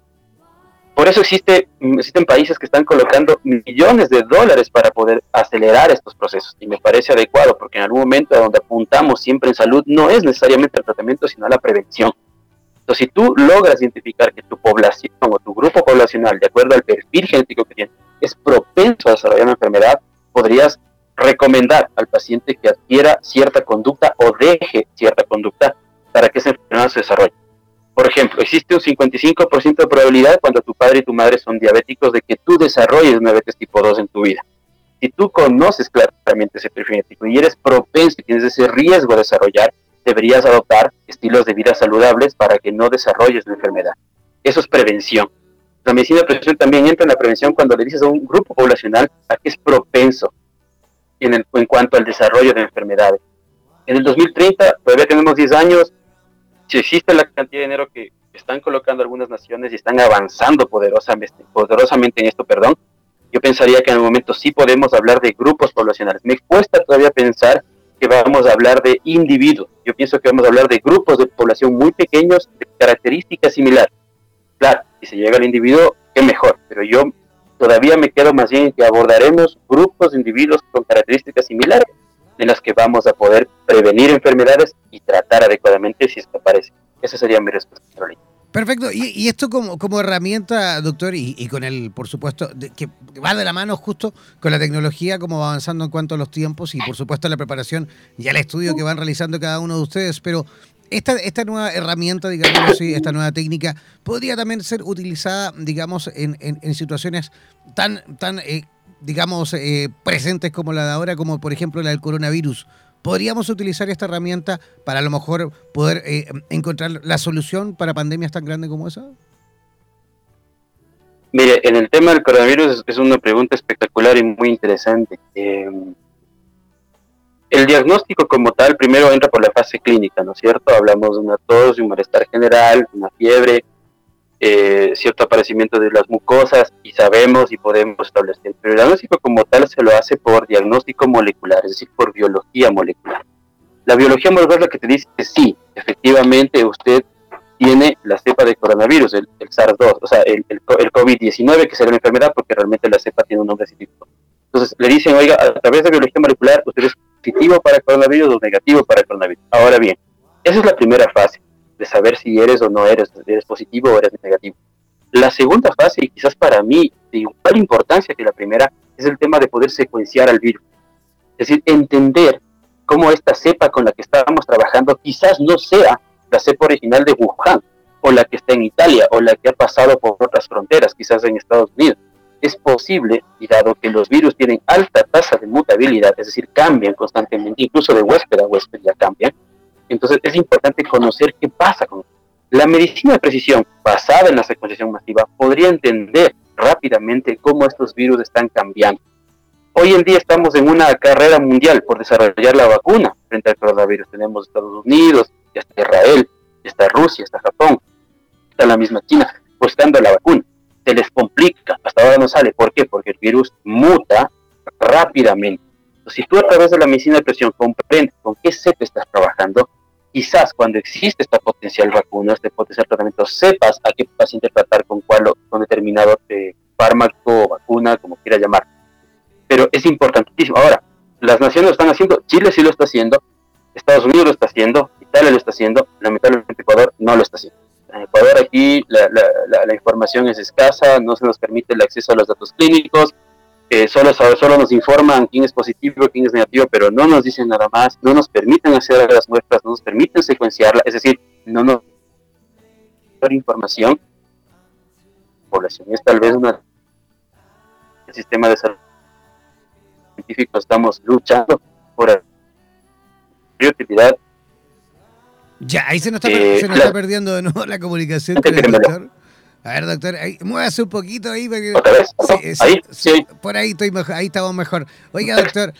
Por eso existe, existen países que están colocando millones de dólares para poder acelerar estos procesos. Y me parece adecuado, porque en algún momento a donde apuntamos siempre en salud no es necesariamente el tratamiento, sino la prevención. Entonces, si tú logras identificar que tu población o tu grupo poblacional, de acuerdo al perfil genético que tiene, es propenso a desarrollar una enfermedad, podrías recomendar al paciente que adquiera cierta conducta o deje cierta conducta para que esa enfermedad se desarrolle. Por ejemplo, existe un cincuenta y cinco por ciento de probabilidad cuando tu padre y tu madre son diabéticos de que tú desarrolles una diabetes tipo dos en tu vida. Si tú conoces claramente ese perfil genético y eres propenso y tienes ese riesgo de desarrollar, deberías adoptar estilos de vida saludables para que no desarrolles la enfermedad. Eso es prevención. La medicina de precisión también entra en la prevención cuando le dices a un grupo poblacional a que es propenso En, el, en cuanto al desarrollo de enfermedades. En el dos mil treinta, todavía tenemos diez años, si existe la cantidad de dinero que están colocando algunas naciones y están avanzando poderosamente, poderosamente en esto, perdón, yo pensaría que en el momento sí podemos hablar de grupos poblacionales. Me cuesta todavía pensar que vamos a hablar de individuos. Yo pienso que vamos a hablar de grupos de población muy pequeños, de características similares. Claro, si se llega al individuo, qué mejor, pero yo todavía me quedo más bien en que abordaremos grupos de individuos con características similares en las que vamos a poder prevenir enfermedades y tratar adecuadamente si es que aparece. Esa sería mi respuesta, Carolina. Perfecto. Y, y esto como, como herramienta, doctor, y, y con el, por supuesto, de, que va de la mano justo con la tecnología, como va avanzando en cuanto a los tiempos y, por supuesto, la preparación y el estudio que van realizando cada uno de ustedes, pero Esta, esta nueva herramienta, digamos así, esta nueva técnica, podría también ser utilizada, digamos, en, en, en situaciones tan, tan eh, digamos, eh, presentes como la de ahora, como por ejemplo la del coronavirus. ¿Podríamos utilizar esta herramienta para a lo mejor poder eh, encontrar la solución para pandemias tan grandes como esa? Mire, en el tema del coronavirus es una pregunta espectacular y muy interesante. Eh, El diagnóstico como tal primero entra por la fase clínica, ¿no es cierto? Hablamos de una tos, de un malestar general, una fiebre, eh, cierto aparecimiento de las mucosas y sabemos y podemos establecer. Pero el diagnóstico como tal se lo hace por diagnóstico molecular, es decir, por biología molecular. La biología molecular es la que te dice que sí, efectivamente usted tiene la cepa de coronavirus, el, el SARS dos, o sea, el, el, el COVID diecinueve, que será una enfermedad porque realmente la cepa tiene un nombre científico. Entonces le dicen, oiga, a través de biología molecular usted es positivo para coronavirus o negativo para coronavirus. Ahora bien, esa es la primera fase, de saber si eres o no eres, eres positivo o eres negativo. La segunda fase, y quizás para mí de igual importancia que la primera, es el tema de poder secuenciar al virus. Es decir, entender cómo esta cepa con la que estábamos trabajando quizás no sea la cepa original de Wuhan, o la que está en Italia, o la que ha pasado por otras fronteras, quizás en Estados Unidos. Es posible, y dado que los virus tienen alta tasa de mutabilidad, es decir, cambian constantemente, incluso de huésped a huésped ya cambian, entonces es importante conocer qué pasa con esto. La medicina de precisión, basada en la secuenciación masiva, podría entender rápidamente cómo estos virus están cambiando. Hoy en día estamos en una carrera mundial por desarrollar la vacuna frente al coronavirus. Tenemos Estados Unidos, ya está Israel, ya está Rusia, está Japón, está la misma China, buscando la vacuna. Se les complica, hasta ahora no sale. ¿Por qué? Porque el virus muta rápidamente. Entonces, si tú a través de la medicina de precisión comprendes con qué cepa estás trabajando, quizás cuando existe esta potencial vacuna, este potencial tratamiento, sepas a qué paciente tratar con cuál con determinado eh, fármaco o vacuna, como quieras llamar. Pero es importantísimo. Ahora, las naciones lo están haciendo, Chile sí lo está haciendo, Estados Unidos lo está haciendo, Italia lo está haciendo, lamentablemente Ecuador no lo está haciendo. En Ecuador aquí la, la, la, la información es escasa, no se nos permite el acceso a los datos clínicos, eh, solo, solo nos informan quién es positivo, quién es negativo, pero no nos dicen nada más, no nos permiten acceder a las muestras, no nos permiten secuenciarla, es decir, no nos dan información. La población es tal vez una el sistema de salud científico, estamos luchando por la utilidad. Ya, ahí se nos está, eh, se nos la, está perdiendo de nuevo la comunicación con el doctor. A ver, doctor, ahí, muévase un poquito ahí. Porque, ¿otra vez? sí, sí, ¿Ahí? Sí, sí. Por ahí estoy mejor, ahí estamos mejor. Oiga, doctor.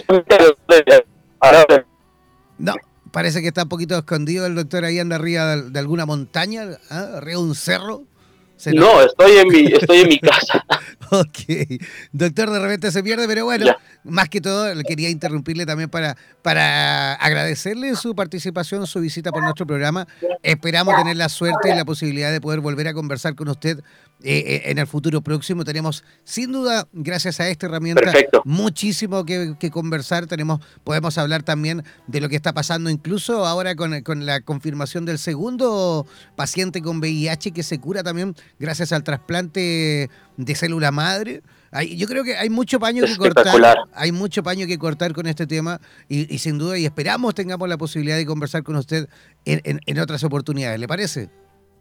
No, parece que está un poquito escondido el doctor, ahí anda arriba de, de alguna montaña, ¿eh? Arriba de un cerro. No, estoy en mi, estoy en mi casa. Ok. Doctor, de repente se pierde, pero bueno, ya. Más que todo, le quería interrumpirle también para, para agradecerle su participación, su visita por nuestro programa. Esperamos tener la suerte y la posibilidad de poder volver a conversar con usted eh, en el futuro próximo. Tenemos, sin duda, gracias a esta herramienta, Perfecto. muchísimo que, que conversar. Tenemos, podemos hablar también de lo que está pasando, incluso ahora con, con la confirmación del segundo paciente con V I H que se cura también gracias al trasplante de célula madre. Hay, yo creo que hay mucho paño que cortar, hay mucho paño que cortar con este tema y, y sin duda, y esperamos tengamos la posibilidad de conversar con usted en, en, en otras oportunidades. ¿Le parece?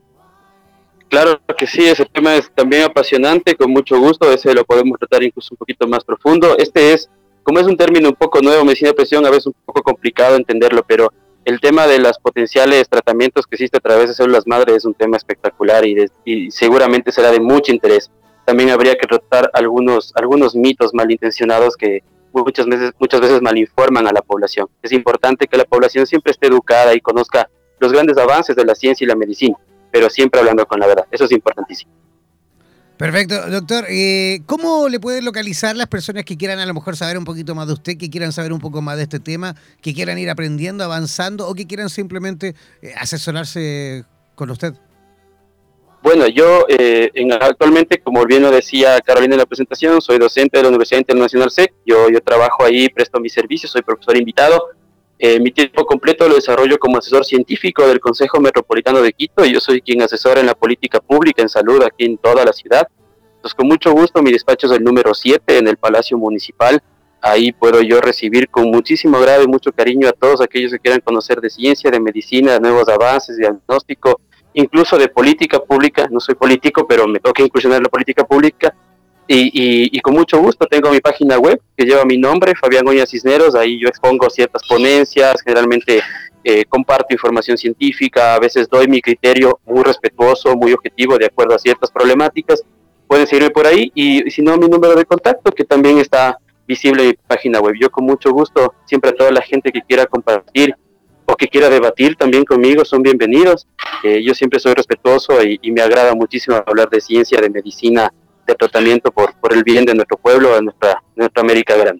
Claro que sí, ese tema es también apasionante, con mucho gusto, ese lo podemos tratar incluso un poquito más profundo. Este es, como es un término un poco nuevo, medicina de precisión, a veces un poco complicado entenderlo, pero el tema de los potenciales tratamientos que existe a través de células madre es un tema espectacular y, de, y seguramente será de mucho interés. También habría que tratar algunos, algunos mitos malintencionados que muchas veces, muchas veces malinforman a la población. Es importante que la población siempre esté educada y conozca los grandes avances de la ciencia y la medicina, pero siempre hablando con la verdad. Eso es importantísimo. Perfecto, doctor. Eh, ¿Cómo le pueden localizar las personas que quieran a lo mejor saber un poquito más de usted, que quieran saber un poco más de este tema, que quieran ir aprendiendo, avanzando o que quieran simplemente eh, asesorarse con usted? Bueno, yo eh, en, actualmente, como bien lo decía Carolina en la presentación, soy docente de la Universidad Internacional S E C. Yo, yo trabajo ahí, presto mis servicios, soy profesor invitado. Eh, mi tiempo completo lo desarrollo como asesor científico del Consejo Metropolitano de Quito y yo soy quien asesora en la política pública en salud aquí en toda la ciudad. Entonces, con mucho gusto, mi despacho es el número siete en el Palacio Municipal. Ahí puedo yo recibir con muchísimo agrado y mucho cariño a todos aquellos que quieran conocer de ciencia, de medicina, de nuevos avances, de diagnóstico, incluso de política pública. No soy político, pero me toca incursionar en la política pública. Y, y, y con mucho gusto tengo mi página web que lleva mi nombre, Fabián Goña Cisneros. Ahí yo expongo ciertas ponencias, generalmente eh, comparto información científica, a veces doy mi criterio muy respetuoso, muy objetivo de acuerdo a ciertas problemáticas. Pueden seguirme por ahí y, y si no, mi número de contacto que también está visible en mi página web. Yo con mucho gusto, siempre a toda la gente que quiera compartir o que quiera debatir también conmigo son bienvenidos. Eh, yo siempre soy respetuoso y, y me agrada muchísimo hablar de ciencia, de medicina, de tratamiento por, por el bien de nuestro pueblo, de nuestra, nuestra América Grande.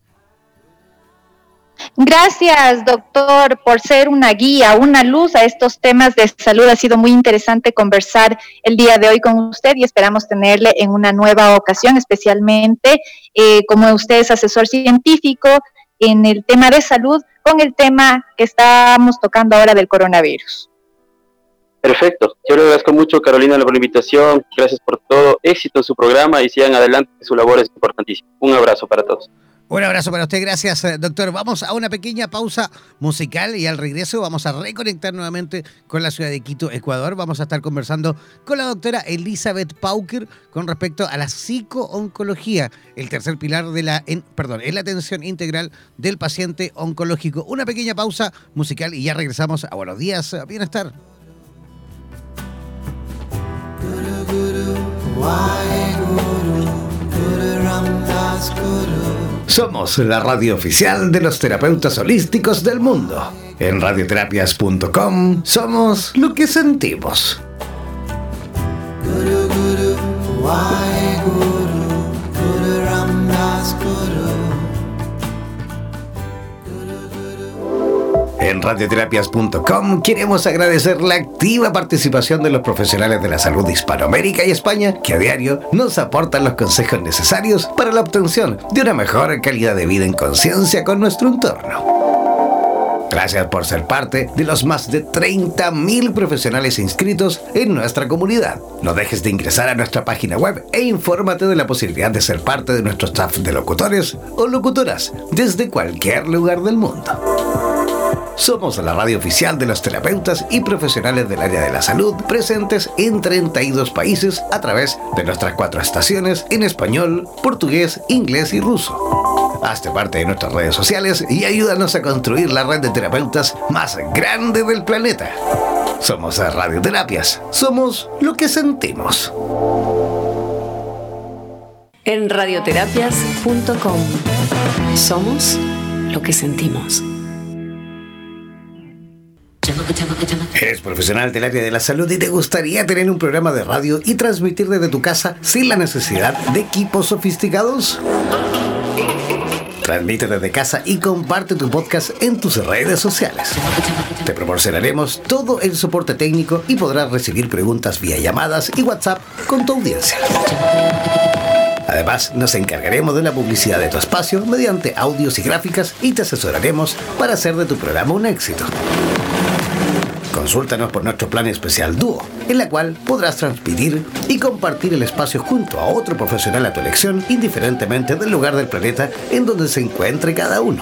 Gracias, doctor, por ser una guía, una luz a estos temas de salud. Ha sido muy interesante conversar el día de hoy con usted y esperamos tenerle en una nueva ocasión, especialmente eh, como usted es asesor científico en el tema de salud, con el tema que estamos tocando ahora del coronavirus. Perfecto. Yo le agradezco mucho, Carolina, por la invitación. Gracias por todo. Éxito en su programa y sigan adelante. Su labor es importantísima. Un abrazo para todos. Un abrazo para usted, gracias, doctor. Vamos a una pequeña pausa musical y al regreso vamos a reconectar nuevamente con la ciudad de Quito, Ecuador. Vamos a estar conversando con la doctora Elizabeth Pauker con respecto a la psico-oncología, el tercer pilar de la, en, perdón, en la atención integral del paciente oncológico. Una pequeña pausa musical y ya regresamos a Buenos Días, Bienestar. Guru, Guru, Waheguru, Guru Ramdas Guru. Somos la radio oficial de los terapeutas holísticos del mundo. En radioterapias punto com somos lo que sentimos. Guru, Guru, Waheguru, Guru Ramdas Guru. En radioterapias punto com queremos agradecer la activa participación de los profesionales de la salud de Hispanoamérica y España que a diario nos aportan los consejos necesarios para la obtención de una mejor calidad de vida en conciencia con nuestro entorno. Gracias por ser parte de los más de treinta mil profesionales inscritos en nuestra comunidad. No dejes de ingresar a nuestra página web e infórmate de la posibilidad de ser parte de nuestro staff de locutores o locutoras desde cualquier lugar del mundo. Somos la radio oficial de los terapeutas y profesionales del área de la salud presentes en treinta y dos países a través de nuestras cuatro estaciones en español, portugués, inglés y ruso. Hazte parte de nuestras redes sociales y ayúdanos a construir la red de terapeutas más grande del planeta. Somos Radioterapias. Somos lo que sentimos. En radioterapias punto com somos lo que sentimos. ¿Eres profesional del área de la salud y te gustaría tener un programa de radio y transmitir desde tu casa sin la necesidad de equipos sofisticados? Transmite desde casa y comparte tu podcast en tus redes sociales. Te proporcionaremos todo el soporte técnico y podrás recibir preguntas vía llamadas y WhatsApp con tu audiencia. Además, nos encargaremos de la publicidad de tu espacio mediante audios y gráficas y te asesoraremos para hacer de tu programa un éxito. Consúltanos por nuestro plan especial Dúo, en la cual podrás transmitir y compartir el espacio junto a otro profesional a tu elección, indiferentemente del lugar del planeta en donde se encuentre cada uno.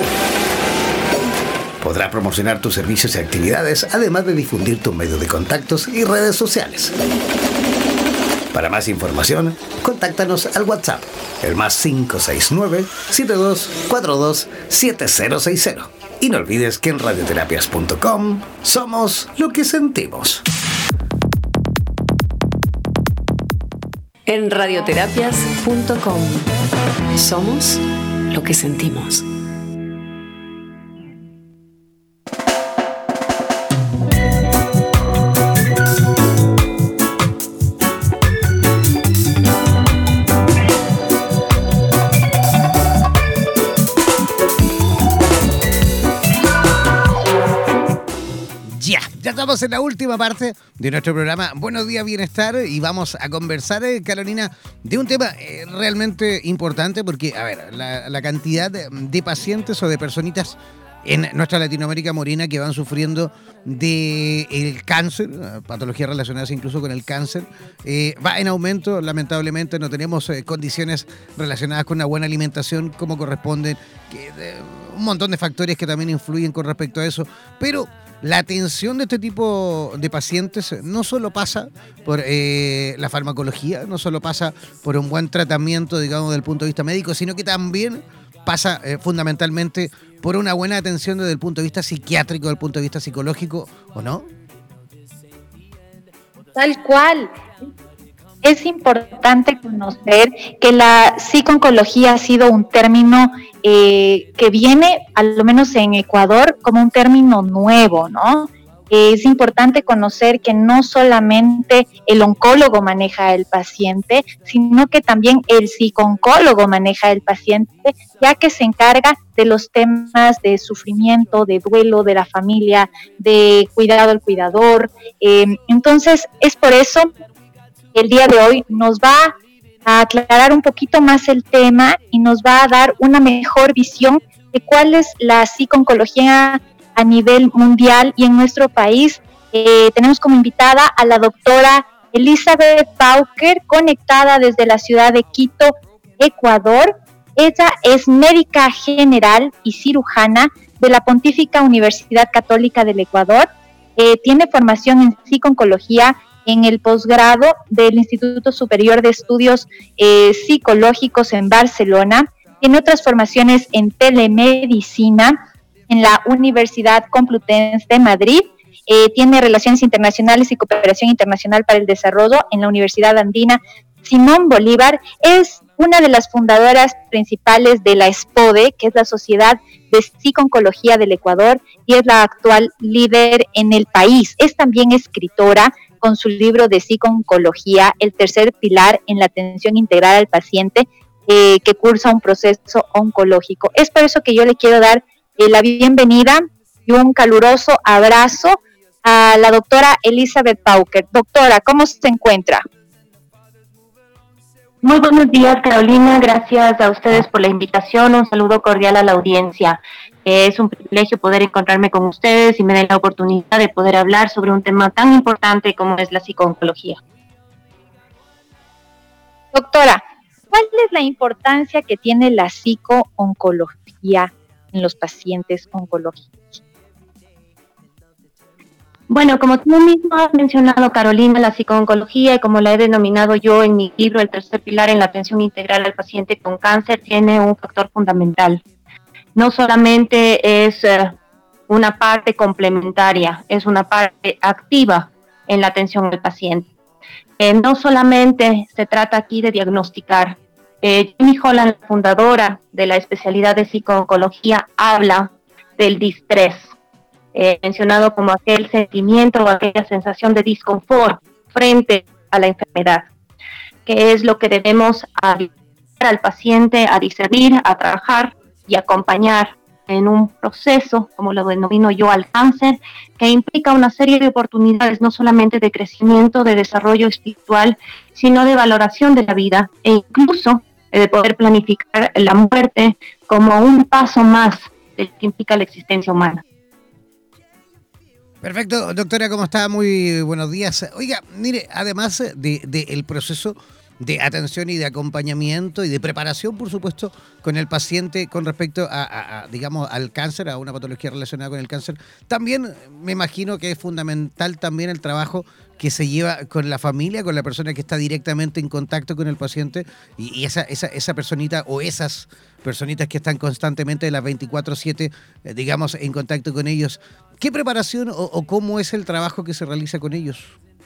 Podrás promocionar tus servicios y actividades, además de difundir tus medios de contactos y redes sociales. Para más información, contáctanos al WhatsApp, el más cinco seis nueve, siete dos cuatro dos, siete cero seis cero. Y no olvides que en radioterapias punto com somos lo que sentimos. En radioterapias punto com somos lo que sentimos. Ya estamos en la última parte de nuestro programa Buenos Días Bienestar y vamos a conversar, eh, Carolina, de un tema eh, realmente importante porque, a ver, la, la cantidad de, de pacientes o de personitas en nuestra Latinoamérica morena que van sufriendo del cáncer, patologías relacionadas incluso con el cáncer, eh, va en aumento. Lamentablemente no tenemos eh, condiciones relacionadas con una buena alimentación como corresponden, que, eh, un montón de factores que también influyen con respecto a eso, pero la atención de este tipo de pacientes no solo pasa por eh, la farmacología, no solo pasa por un buen tratamiento, digamos, desde el punto de vista médico, sino que también pasa eh, fundamentalmente por una buena atención desde el punto de vista psiquiátrico, desde el punto de vista psicológico, ¿o no? Tal cual. Es importante conocer que la psico-oncología ha sido un término eh, que viene, al menos en Ecuador, como un término nuevo, ¿no? Eh, es importante conocer que no solamente el oncólogo maneja al paciente, sino que también el psico-oncólogo maneja al paciente, ya que se encarga de los temas de sufrimiento, de duelo de la familia, de cuidado al cuidador. Eh, entonces, es por eso el día de hoy nos va a aclarar un poquito más el tema y nos va a dar una mejor visión de cuál es la psico-oncología a nivel mundial y en nuestro país. Eh, tenemos como invitada a la doctora Elizabeth Pauker, conectada desde la ciudad de Quito, Ecuador. Ella es médica general y cirujana de la Pontífica Universidad Católica del Ecuador. Eh, tiene formación en psico-oncología en el posgrado del Instituto Superior de Estudios eh, Psicológicos en Barcelona. Tiene otras formaciones en telemedicina en la Universidad Complutense de Madrid. Eh, tiene relaciones internacionales y cooperación internacional para el desarrollo en la Universidad Andina Simón Bolívar. Es una de las fundadoras principales de la SPODE, que es la Sociedad de Psico-Oncología del Ecuador, y es la actual líder en el país. Es también escritora con su libro de psico-oncología, El tercer pilar en la atención integral al paciente eh, que cursa un proceso oncológico. Es por eso que yo le quiero dar eh, la bienvenida y un caluroso abrazo a la doctora Elizabeth Pauker. Doctora, ¿cómo se encuentra? Muy buenos días, Carolina. Gracias a ustedes por la invitación. Un saludo cordial a la audiencia. Eh, es un privilegio poder encontrarme con ustedes y me den la oportunidad de poder hablar sobre un tema tan importante como es la psico-oncología. Doctora, ¿cuál es la importancia que tiene la psico-oncología en los pacientes oncológicos? Bueno, como tú mismo has mencionado, Carolina, la psico-oncología, y como la he denominado yo en mi libro, El tercer pilar en la atención integral al paciente con cáncer, tiene un factor fundamental. No solamente es uh, una parte complementaria, es una parte activa en la atención al paciente. Eh, no solamente se trata aquí de diagnosticar. Eh, Jamie Holland, la fundadora de la especialidad de psico-oncología, habla del distrés. Eh, mencionado como aquel sentimiento o aquella sensación de disconfort frente a la enfermedad, que es lo que debemos ayudar al paciente a discernir, a trabajar y acompañar en un proceso, como lo denomino yo, al cáncer, que implica una serie de oportunidades, no solamente de crecimiento, de desarrollo espiritual, sino de valoración de la vida e incluso eh, de poder planificar la muerte como un paso más de lo que implica la existencia humana. Perfecto, doctora, ¿cómo está? Muy buenos días. Oiga, mire, además de, de el proceso de atención y de acompañamiento y de preparación, por supuesto, con el paciente con respecto a, a, a, digamos, al cáncer, a una patología relacionada con el cáncer, también me imagino que es fundamental también el trabajo que se lleva con la familia, con la persona que está directamente en contacto con el paciente y, y esa, esa, esa personita o esas personitas que están constantemente las veinticuatro siete, eh, digamos, en contacto con ellos. ¿Qué preparación o, o cómo es el trabajo que se realiza con ellos?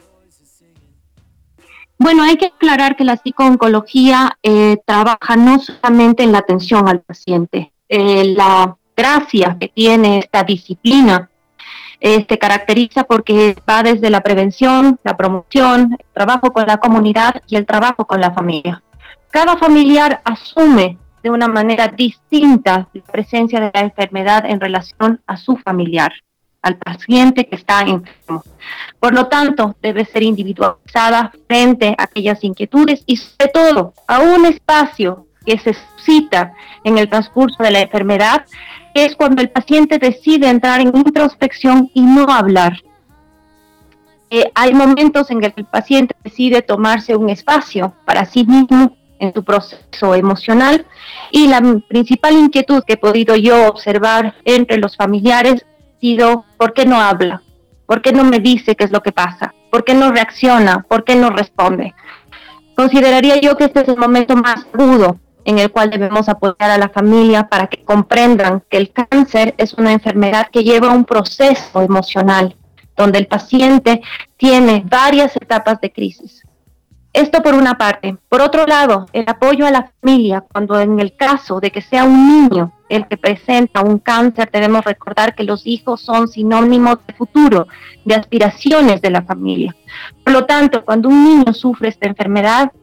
Bueno, hay que aclarar que la psico-oncología eh, trabaja no solamente en la atención al paciente. Eh, la gracia que tiene esta disciplina eh, se caracteriza porque va desde la prevención, la promoción, el trabajo con la comunidad y el trabajo con la familia. Cada familiar asume de una manera distinta la presencia de la enfermedad en relación a su familiar, al paciente que está enfermo. Por lo tanto, debe ser individualizada frente a aquellas inquietudes y sobre todo a un espacio que se suscita en el transcurso de la enfermedad, que es cuando el paciente decide entrar en introspección y no hablar. Eh, hay momentos en que el paciente decide tomarse un espacio para sí mismo en su proceso emocional, y la principal inquietud que he podido yo observar entre los familiares ha sido: ¿por qué no habla? ¿Por qué no me dice qué es lo que pasa? ¿Por qué no reacciona? ¿Por qué no responde? Consideraría yo que este es el momento más agudo en el cual debemos apoyar a la familia para que comprendan que el cáncer es una enfermedad que lleva un proceso emocional, donde el paciente tiene varias etapas de crisis. Esto por una parte. Por otro lado, el apoyo a la familia, cuando en el caso de que sea un niño el que presenta un cáncer, debemos recordar que los hijos son sinónimos de futuro, de aspiraciones de la familia. Por lo tanto, cuando un niño sufre esta enfermedad,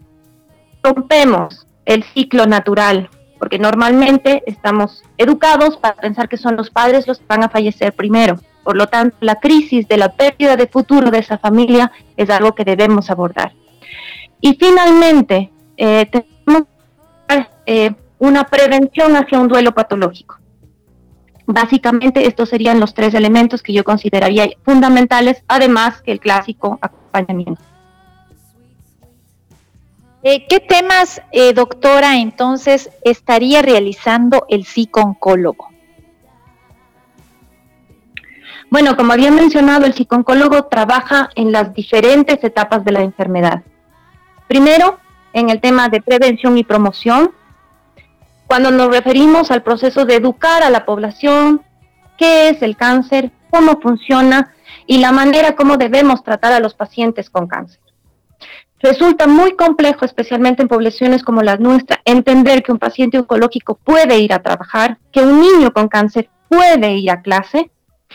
rompemos el ciclo natural, porque normalmente estamos educados para pensar que son los padres los que van a fallecer primero. Por lo tanto, la crisis de la pérdida de futuro de esa familia es algo que debemos abordar. Y finalmente, eh, tenemos eh, una prevención hacia un duelo patológico. Básicamente, estos serían los tres elementos que yo consideraría fundamentales, además que el clásico acompañamiento. Eh, ¿Qué temas, eh, doctora, entonces estaría realizando el psico-oncólogo? Bueno, como había mencionado, el psico-oncólogo trabaja en las diferentes etapas de la enfermedad. Primero, en el tema de prevención y promoción, cuando nos referimos al proceso de educar a la población, qué es el cáncer, cómo funciona y la manera como debemos tratar a los pacientes con cáncer. Resulta muy complejo, especialmente en poblaciones como la nuestra, entender que un paciente oncológico puede ir a trabajar, que un niño con cáncer puede ir a clase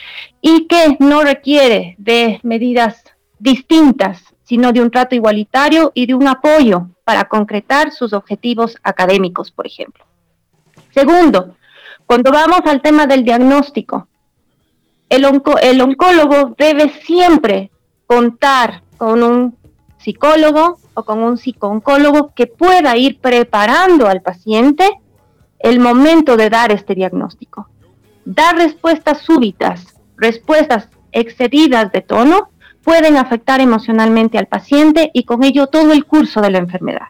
y que no requiere de medidas distintas, sino de un trato igualitario y de un apoyo para concretar sus objetivos académicos, por ejemplo. Segundo, cuando vamos al tema del diagnóstico, el, onco- el oncólogo debe siempre contar con un psicólogo o con un psico-oncólogo que pueda ir preparando al paciente el momento de dar este diagnóstico. Dar respuestas súbitas, respuestas excedidas de tono, pueden afectar emocionalmente al paciente y con ello todo el curso de la enfermedad.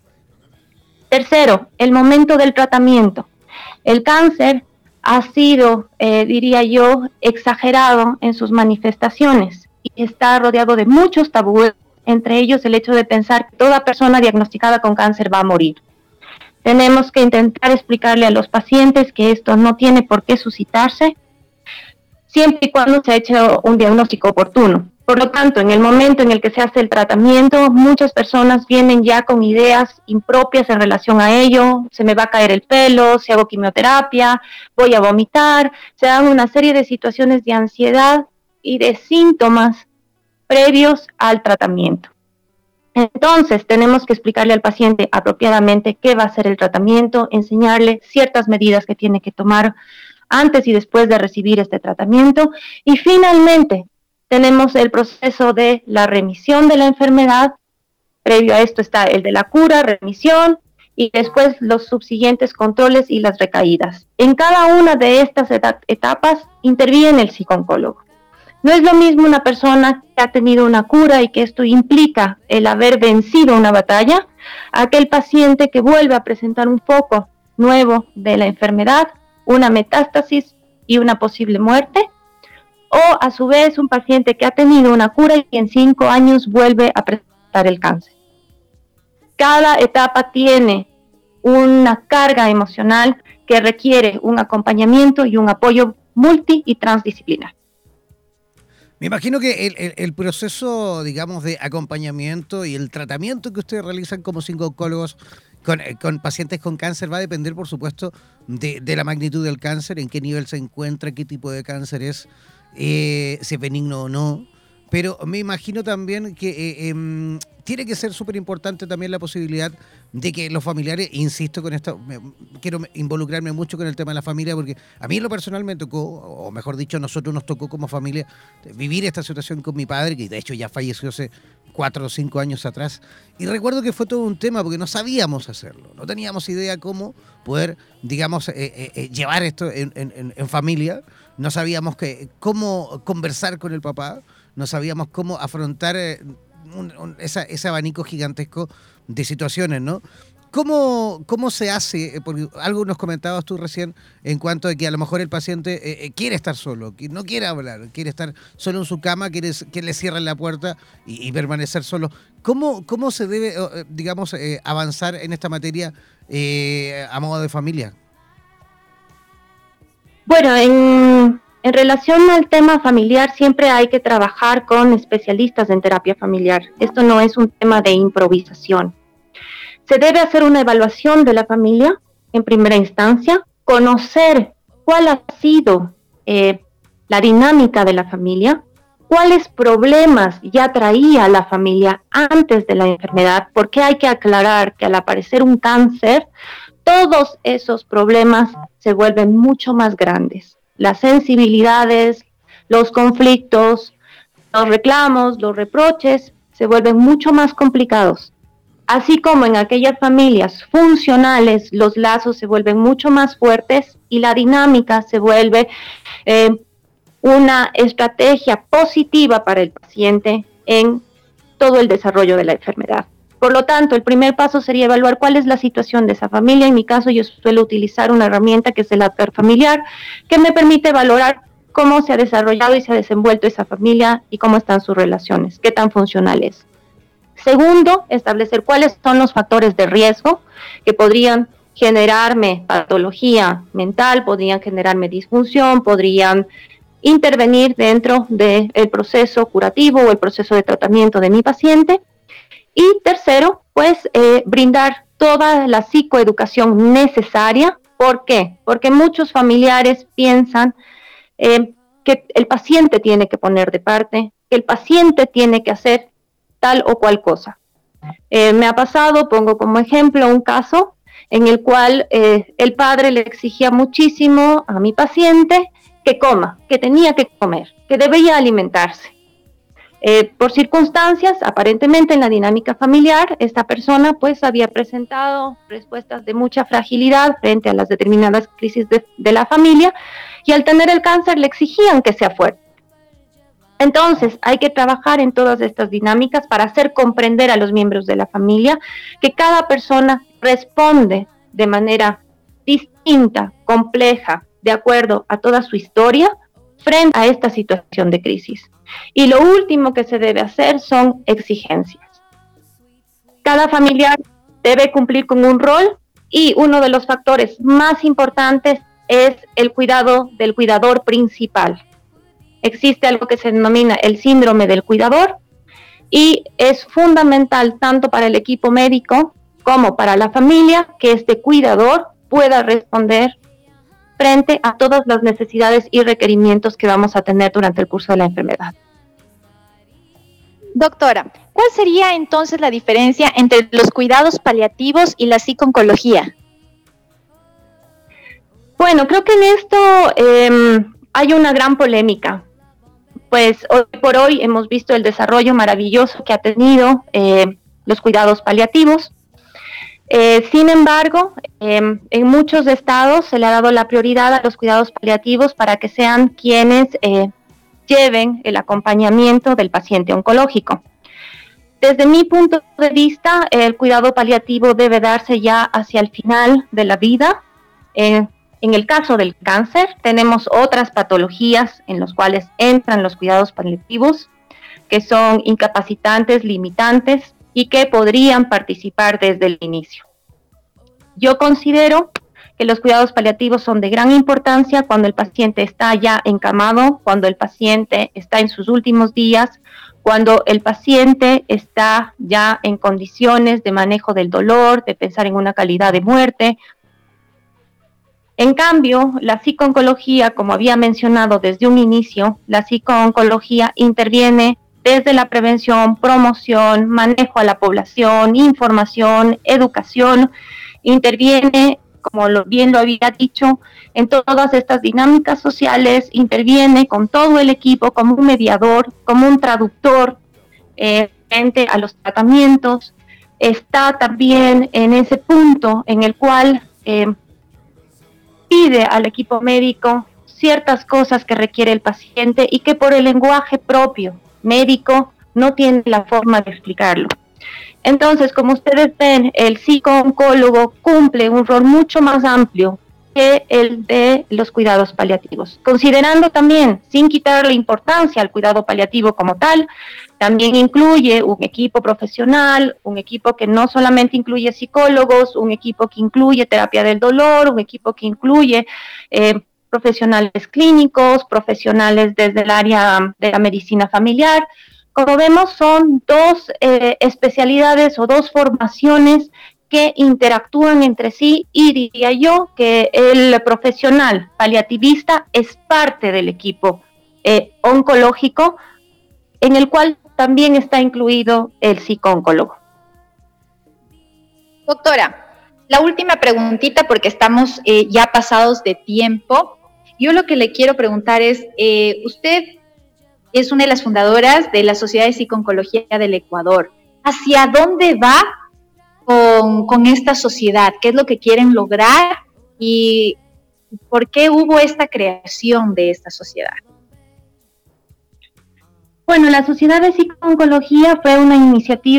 Tercero, el momento del tratamiento. El cáncer ha sido, eh, diría yo, exagerado en sus manifestaciones y está rodeado de muchos tabúes, entre ellos el hecho de pensar que toda persona diagnosticada con cáncer va a morir. Tenemos que intentar explicarle a los pacientes que esto no tiene por qué suscitarse, siempre y cuando se ha hecho un diagnóstico oportuno. Por lo tanto, en el momento en el que se hace el tratamiento, muchas personas vienen ya con ideas impropias en relación a ello. Se me va a caer el pelo, si hago quimioterapia, voy a vomitar. Se dan una serie de situaciones de ansiedad y de síntomas previos al tratamiento. Entonces, tenemos que explicarle al paciente apropiadamente qué va a ser el tratamiento, enseñarle ciertas medidas que tiene que tomar antes y después de recibir este tratamiento. Y finalmente, tenemos el proceso de la remisión de la enfermedad. Previo a esto está el de la cura, remisión, y después los subsiguientes controles y las recaídas. En cada una de estas et- etapas interviene el psico-oncólogo. No es lo mismo una persona que ha tenido una cura y que esto implica el haber vencido una batalla, a aquel paciente que vuelve a presentar un foco nuevo de la enfermedad, una metástasis y una posible muerte, o a su vez un paciente que ha tenido una cura y en cinco años vuelve a presentar el cáncer. Cada etapa tiene una carga emocional que requiere un acompañamiento y un apoyo multi y transdisciplinar. Me imagino que el, el, el proceso, digamos, de acompañamiento y el tratamiento que ustedes realizan como psico-oncólogos con, con pacientes con cáncer va a depender, por supuesto, de, de la magnitud del cáncer, en qué nivel se encuentra, qué tipo de cáncer es, eh, si es benigno o no. Pero me imagino también que eh, eh, tiene que ser súper importante también la posibilidad de que los familiares, insisto con esto, me, quiero involucrarme mucho con el tema de la familia, porque a mí en lo personal me tocó, o mejor dicho, a nosotros nos tocó como familia vivir esta situación con mi padre, que de hecho ya falleció hace cuatro o cinco años atrás. Y recuerdo que fue todo un tema porque no sabíamos hacerlo, no teníamos idea cómo poder, digamos, eh, eh, eh, llevar esto en, en, en familia, no sabíamos que, cómo conversar con el papá, no sabíamos cómo afrontar eh, un, un, esa, ese abanico gigantesco de situaciones, ¿no? ¿Cómo, cómo se hace? Porque algo nos comentabas tú recién en cuanto a que a lo mejor el paciente eh, quiere estar solo, que no quiere hablar, quiere estar solo en su cama, quiere que le cierren la puerta y, y permanecer solo. ¿Cómo, cómo se debe, eh, digamos, eh, avanzar en esta materia eh, a modo de familia? Bueno, en... En relación al tema familiar, siempre hay que trabajar con especialistas en terapia familiar. Esto no es un tema de improvisación. Se debe hacer una evaluación de la familia en primera instancia, conocer cuál ha sido eh, la dinámica de la familia, cuáles problemas ya traía la familia antes de la enfermedad, porque hay que aclarar que al aparecer un cáncer, todos esos problemas se vuelven mucho más grandes. Las sensibilidades, los conflictos, los reclamos, los reproches se vuelven mucho más complicados. Así como en aquellas familias funcionales, los lazos se vuelven mucho más fuertes y la dinámica se vuelve eh, una estrategia positiva para el paciente en todo el desarrollo de la enfermedad. Por lo tanto, el primer paso sería evaluar cuál es la situación de esa familia. En mi caso, yo suelo utilizar una herramienta que es el Apgar familiar, que me permite valorar cómo se ha desarrollado y se ha desenvuelto esa familia y cómo están sus relaciones, qué tan funcional es. Segundo, establecer cuáles son los factores de riesgo que podrían generarme patología mental, podrían generarme disfunción, podrían intervenir dentro del proceso curativo o el proceso de tratamiento de mi paciente. Y tercero, pues eh, brindar toda la psicoeducación necesaria. ¿Por qué? Porque muchos familiares piensan eh, que el paciente tiene que poner de parte, que el paciente tiene que hacer tal o cual cosa. Eh, me ha pasado, pongo como ejemplo un caso en el cual eh, el padre le exigía muchísimo a mi paciente que coma, que tenía que comer, que debía alimentarse. Eh, por circunstancias, aparentemente en la dinámica familiar, esta persona pues había presentado respuestas de mucha fragilidad frente a las determinadas crisis de, de la familia, y al tener el cáncer le exigían que sea fuerte. Entonces, hay que trabajar en todas estas dinámicas para hacer comprender a los miembros de la familia que cada persona responde de manera distinta, compleja, de acuerdo a toda su historia, frente a esta situación de crisis. Y lo último que se debe hacer son exigencias. Cada familiar debe cumplir con un rol, y uno de los factores más importantes es el cuidado del cuidador principal. Existe algo que se denomina el síndrome del cuidador, y es fundamental tanto para el equipo médico como para la familia que este cuidador pueda responder frente a todas las necesidades y requerimientos que vamos a tener durante el curso de la enfermedad. Doctora, ¿cuál sería entonces la diferencia entre los cuidados paliativos y la psico-oncología? Bueno, creo que en esto eh, hay una gran polémica. Pues hoy por hoy hemos visto el desarrollo maravilloso que ha tenido eh, los cuidados paliativos. Eh, sin embargo, eh, en muchos estados se le ha dado la prioridad a los cuidados paliativos para que sean quienes eh, lleven el acompañamiento del paciente oncológico. Desde mi punto de vista, el cuidado paliativo debe darse ya hacia el final de la vida. Eh, en el caso del cáncer, tenemos otras patologías en las cuales entran los cuidados paliativos, que son incapacitantes, limitantes, y que podrían participar desde el inicio. Yo considero que los cuidados paliativos son de gran importancia cuando el paciente está ya encamado, cuando el paciente está en sus últimos días, cuando el paciente está ya en condiciones de manejo del dolor, de pensar en una calidad de muerte. En cambio, la psico-oncología, como había mencionado desde un inicio, la psico-oncología interviene desde la prevención, promoción, manejo a la población, información, educación, interviene, como lo, bien lo había dicho, en todas estas dinámicas sociales, interviene con todo el equipo como un mediador, como un traductor eh, frente a los tratamientos. Está también en ese punto en el cual eh, pide al equipo médico ciertas cosas que requiere el paciente y que por el lenguaje propio médico no tiene la forma de explicarlo. Entonces, como ustedes ven, el psico-oncólogo cumple un rol mucho más amplio que el de los cuidados paliativos, considerando también, sin quitar la importancia al cuidado paliativo como tal, también incluye un equipo profesional, un equipo que no solamente incluye psicólogos, un equipo que incluye terapia del dolor, un equipo que incluye eh, profesionales clínicos, profesionales desde el área de la medicina familiar. Como vemos, son dos eh, especialidades o dos formaciones que interactúan entre sí, y diría yo que el profesional paliativista es parte del equipo eh, oncológico, en el cual también está incluido el psico-oncólogo. Doctora, la última preguntita, porque estamos eh, ya pasados de tiempo. Yo lo que le quiero preguntar es, eh, usted es una de las fundadoras de la Sociedad de Psico-Oncología del Ecuador. ¿Hacia dónde va con, con esta sociedad? ¿Qué es lo que quieren lograr? ¿Y por qué hubo esta creación de esta sociedad? Bueno, la Sociedad de Psico-Oncología fue una iniciativa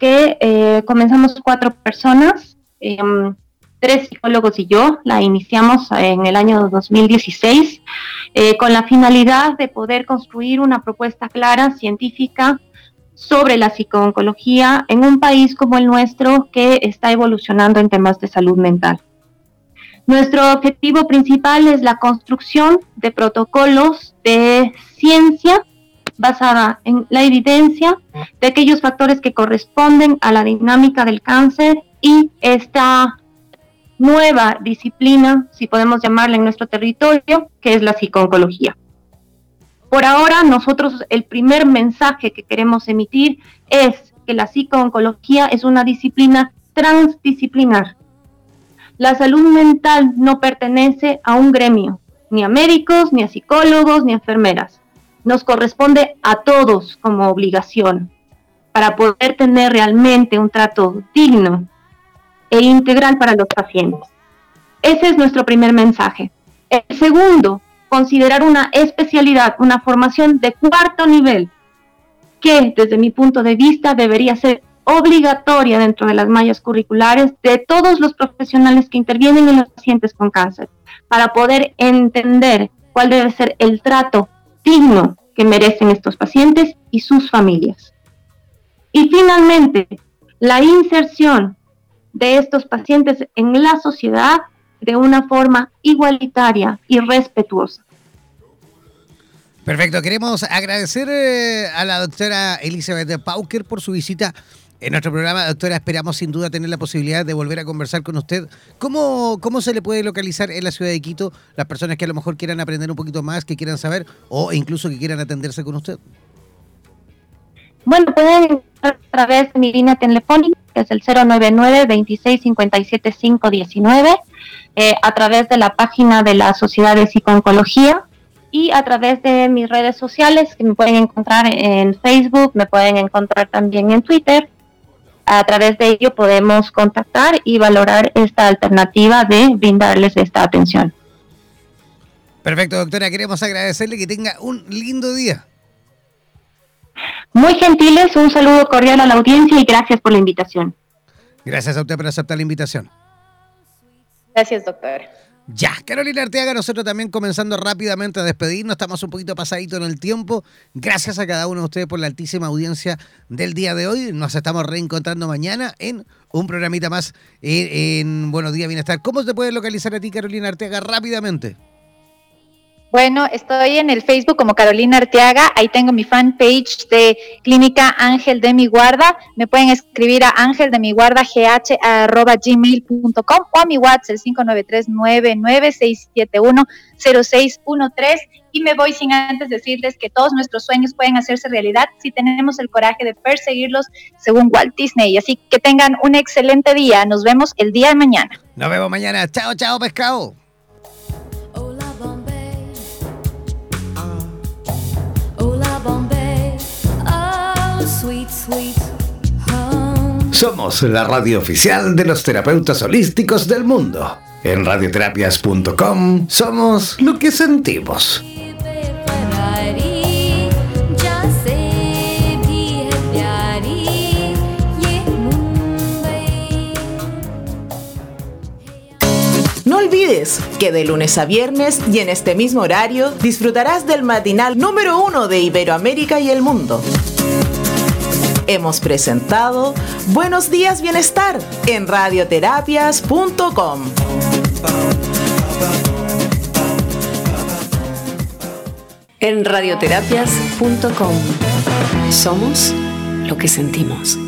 que eh, comenzamos cuatro personas, eh, tres psicólogos y yo, la iniciamos en el año dos mil dieciséis, eh, con la finalidad de poder construir una propuesta clara, científica, sobre la psicooncología en un país como el nuestro que está evolucionando en temas de salud mental. Nuestro objetivo principal es la construcción de protocolos de ciencia basada en la evidencia de aquellos factores que corresponden a la dinámica del cáncer y esta nueva disciplina, si podemos llamarla en nuestro territorio, que es la psicooncología. Por ahora, nosotros el primer mensaje que queremos emitir es que la psicooncología es una disciplina transdisciplinar. La salud mental no pertenece a un gremio, ni a médicos, ni a psicólogos, ni a enfermeras. Nos corresponde a todos como obligación para poder tener realmente un trato digno e integral para los pacientes. Ese es nuestro primer mensaje. El segundo, considerar una especialidad, una formación de cuarto nivel, que desde mi punto de vista debería ser obligatoria dentro de las mallas curriculares de todos los profesionales que intervienen en los pacientes con cáncer, para poder entender cuál debe ser el trato digno que merecen estos pacientes y sus familias. Y finalmente, la inserción de estos pacientes en la sociedad de una forma igualitaria y respetuosa. Perfecto, queremos agradecer eh, a la doctora Elizabeth Pauker por su visita en nuestro programa. Doctora, esperamos sin duda tener la posibilidad de volver a conversar con usted. ¿Cómo, cómo se le puede localizar en la ciudad de Quito las personas que a lo mejor quieran aprender un poquito más, que quieran saber o incluso que quieran atenderse con usted? Bueno, pueden a través de mi línea telefónica, que es el cero nueve nueve, veintiséis cincuenta y siete, quinientos diecinueve, eh, a través de la página de la Sociedad de Psicooncología y a través de mis redes sociales, que me pueden encontrar en Facebook, me pueden encontrar también en Twitter. A través de ello podemos contactar y valorar esta alternativa de brindarles esta atención. Perfecto, doctora, queremos agradecerle, que tenga un lindo día. Muy gentiles, un saludo cordial a la audiencia y gracias por la invitación. Gracias a usted por aceptar la invitación. Gracias, doctor. Ya, Carolina Arteaga, nosotros también comenzando rápidamente a despedirnos, estamos un poquito pasaditos en el tiempo. Gracias a cada uno de ustedes por la altísima audiencia del día de hoy. Nos estamos reencontrando mañana en un programita más en, en Buenos Días Bienestar. ¿Cómo te puedes localizar a ti, Carolina Arteaga, rápidamente? Bueno, estoy en el Facebook como Carolina Arteaga, ahí tengo mi fanpage de Clínica Ángel de mi Guarda, me pueden escribir a angeldemiguardagh arroba gmail punto com o a mi WhatsApp el cinco nueve tres, nueve nueve seis siete uno, cero seis uno tres, y me voy sin antes decirles que todos nuestros sueños pueden hacerse realidad si tenemos el coraje de perseguirlos según Walt Disney, así que tengan un excelente día, nos vemos el día de mañana. Nos vemos mañana, chao, chao, pescado. Somos la radio oficial de los terapeutas holísticos del mundo. En radioterapias punto com somos lo que sentimos. No olvides que de lunes a viernes y en este mismo horario disfrutarás del matinal número uno de Iberoamérica y el mundo. Hemos presentado Buenos Días Bienestar en radioterapias punto com. En radioterapias punto com somos lo que sentimos.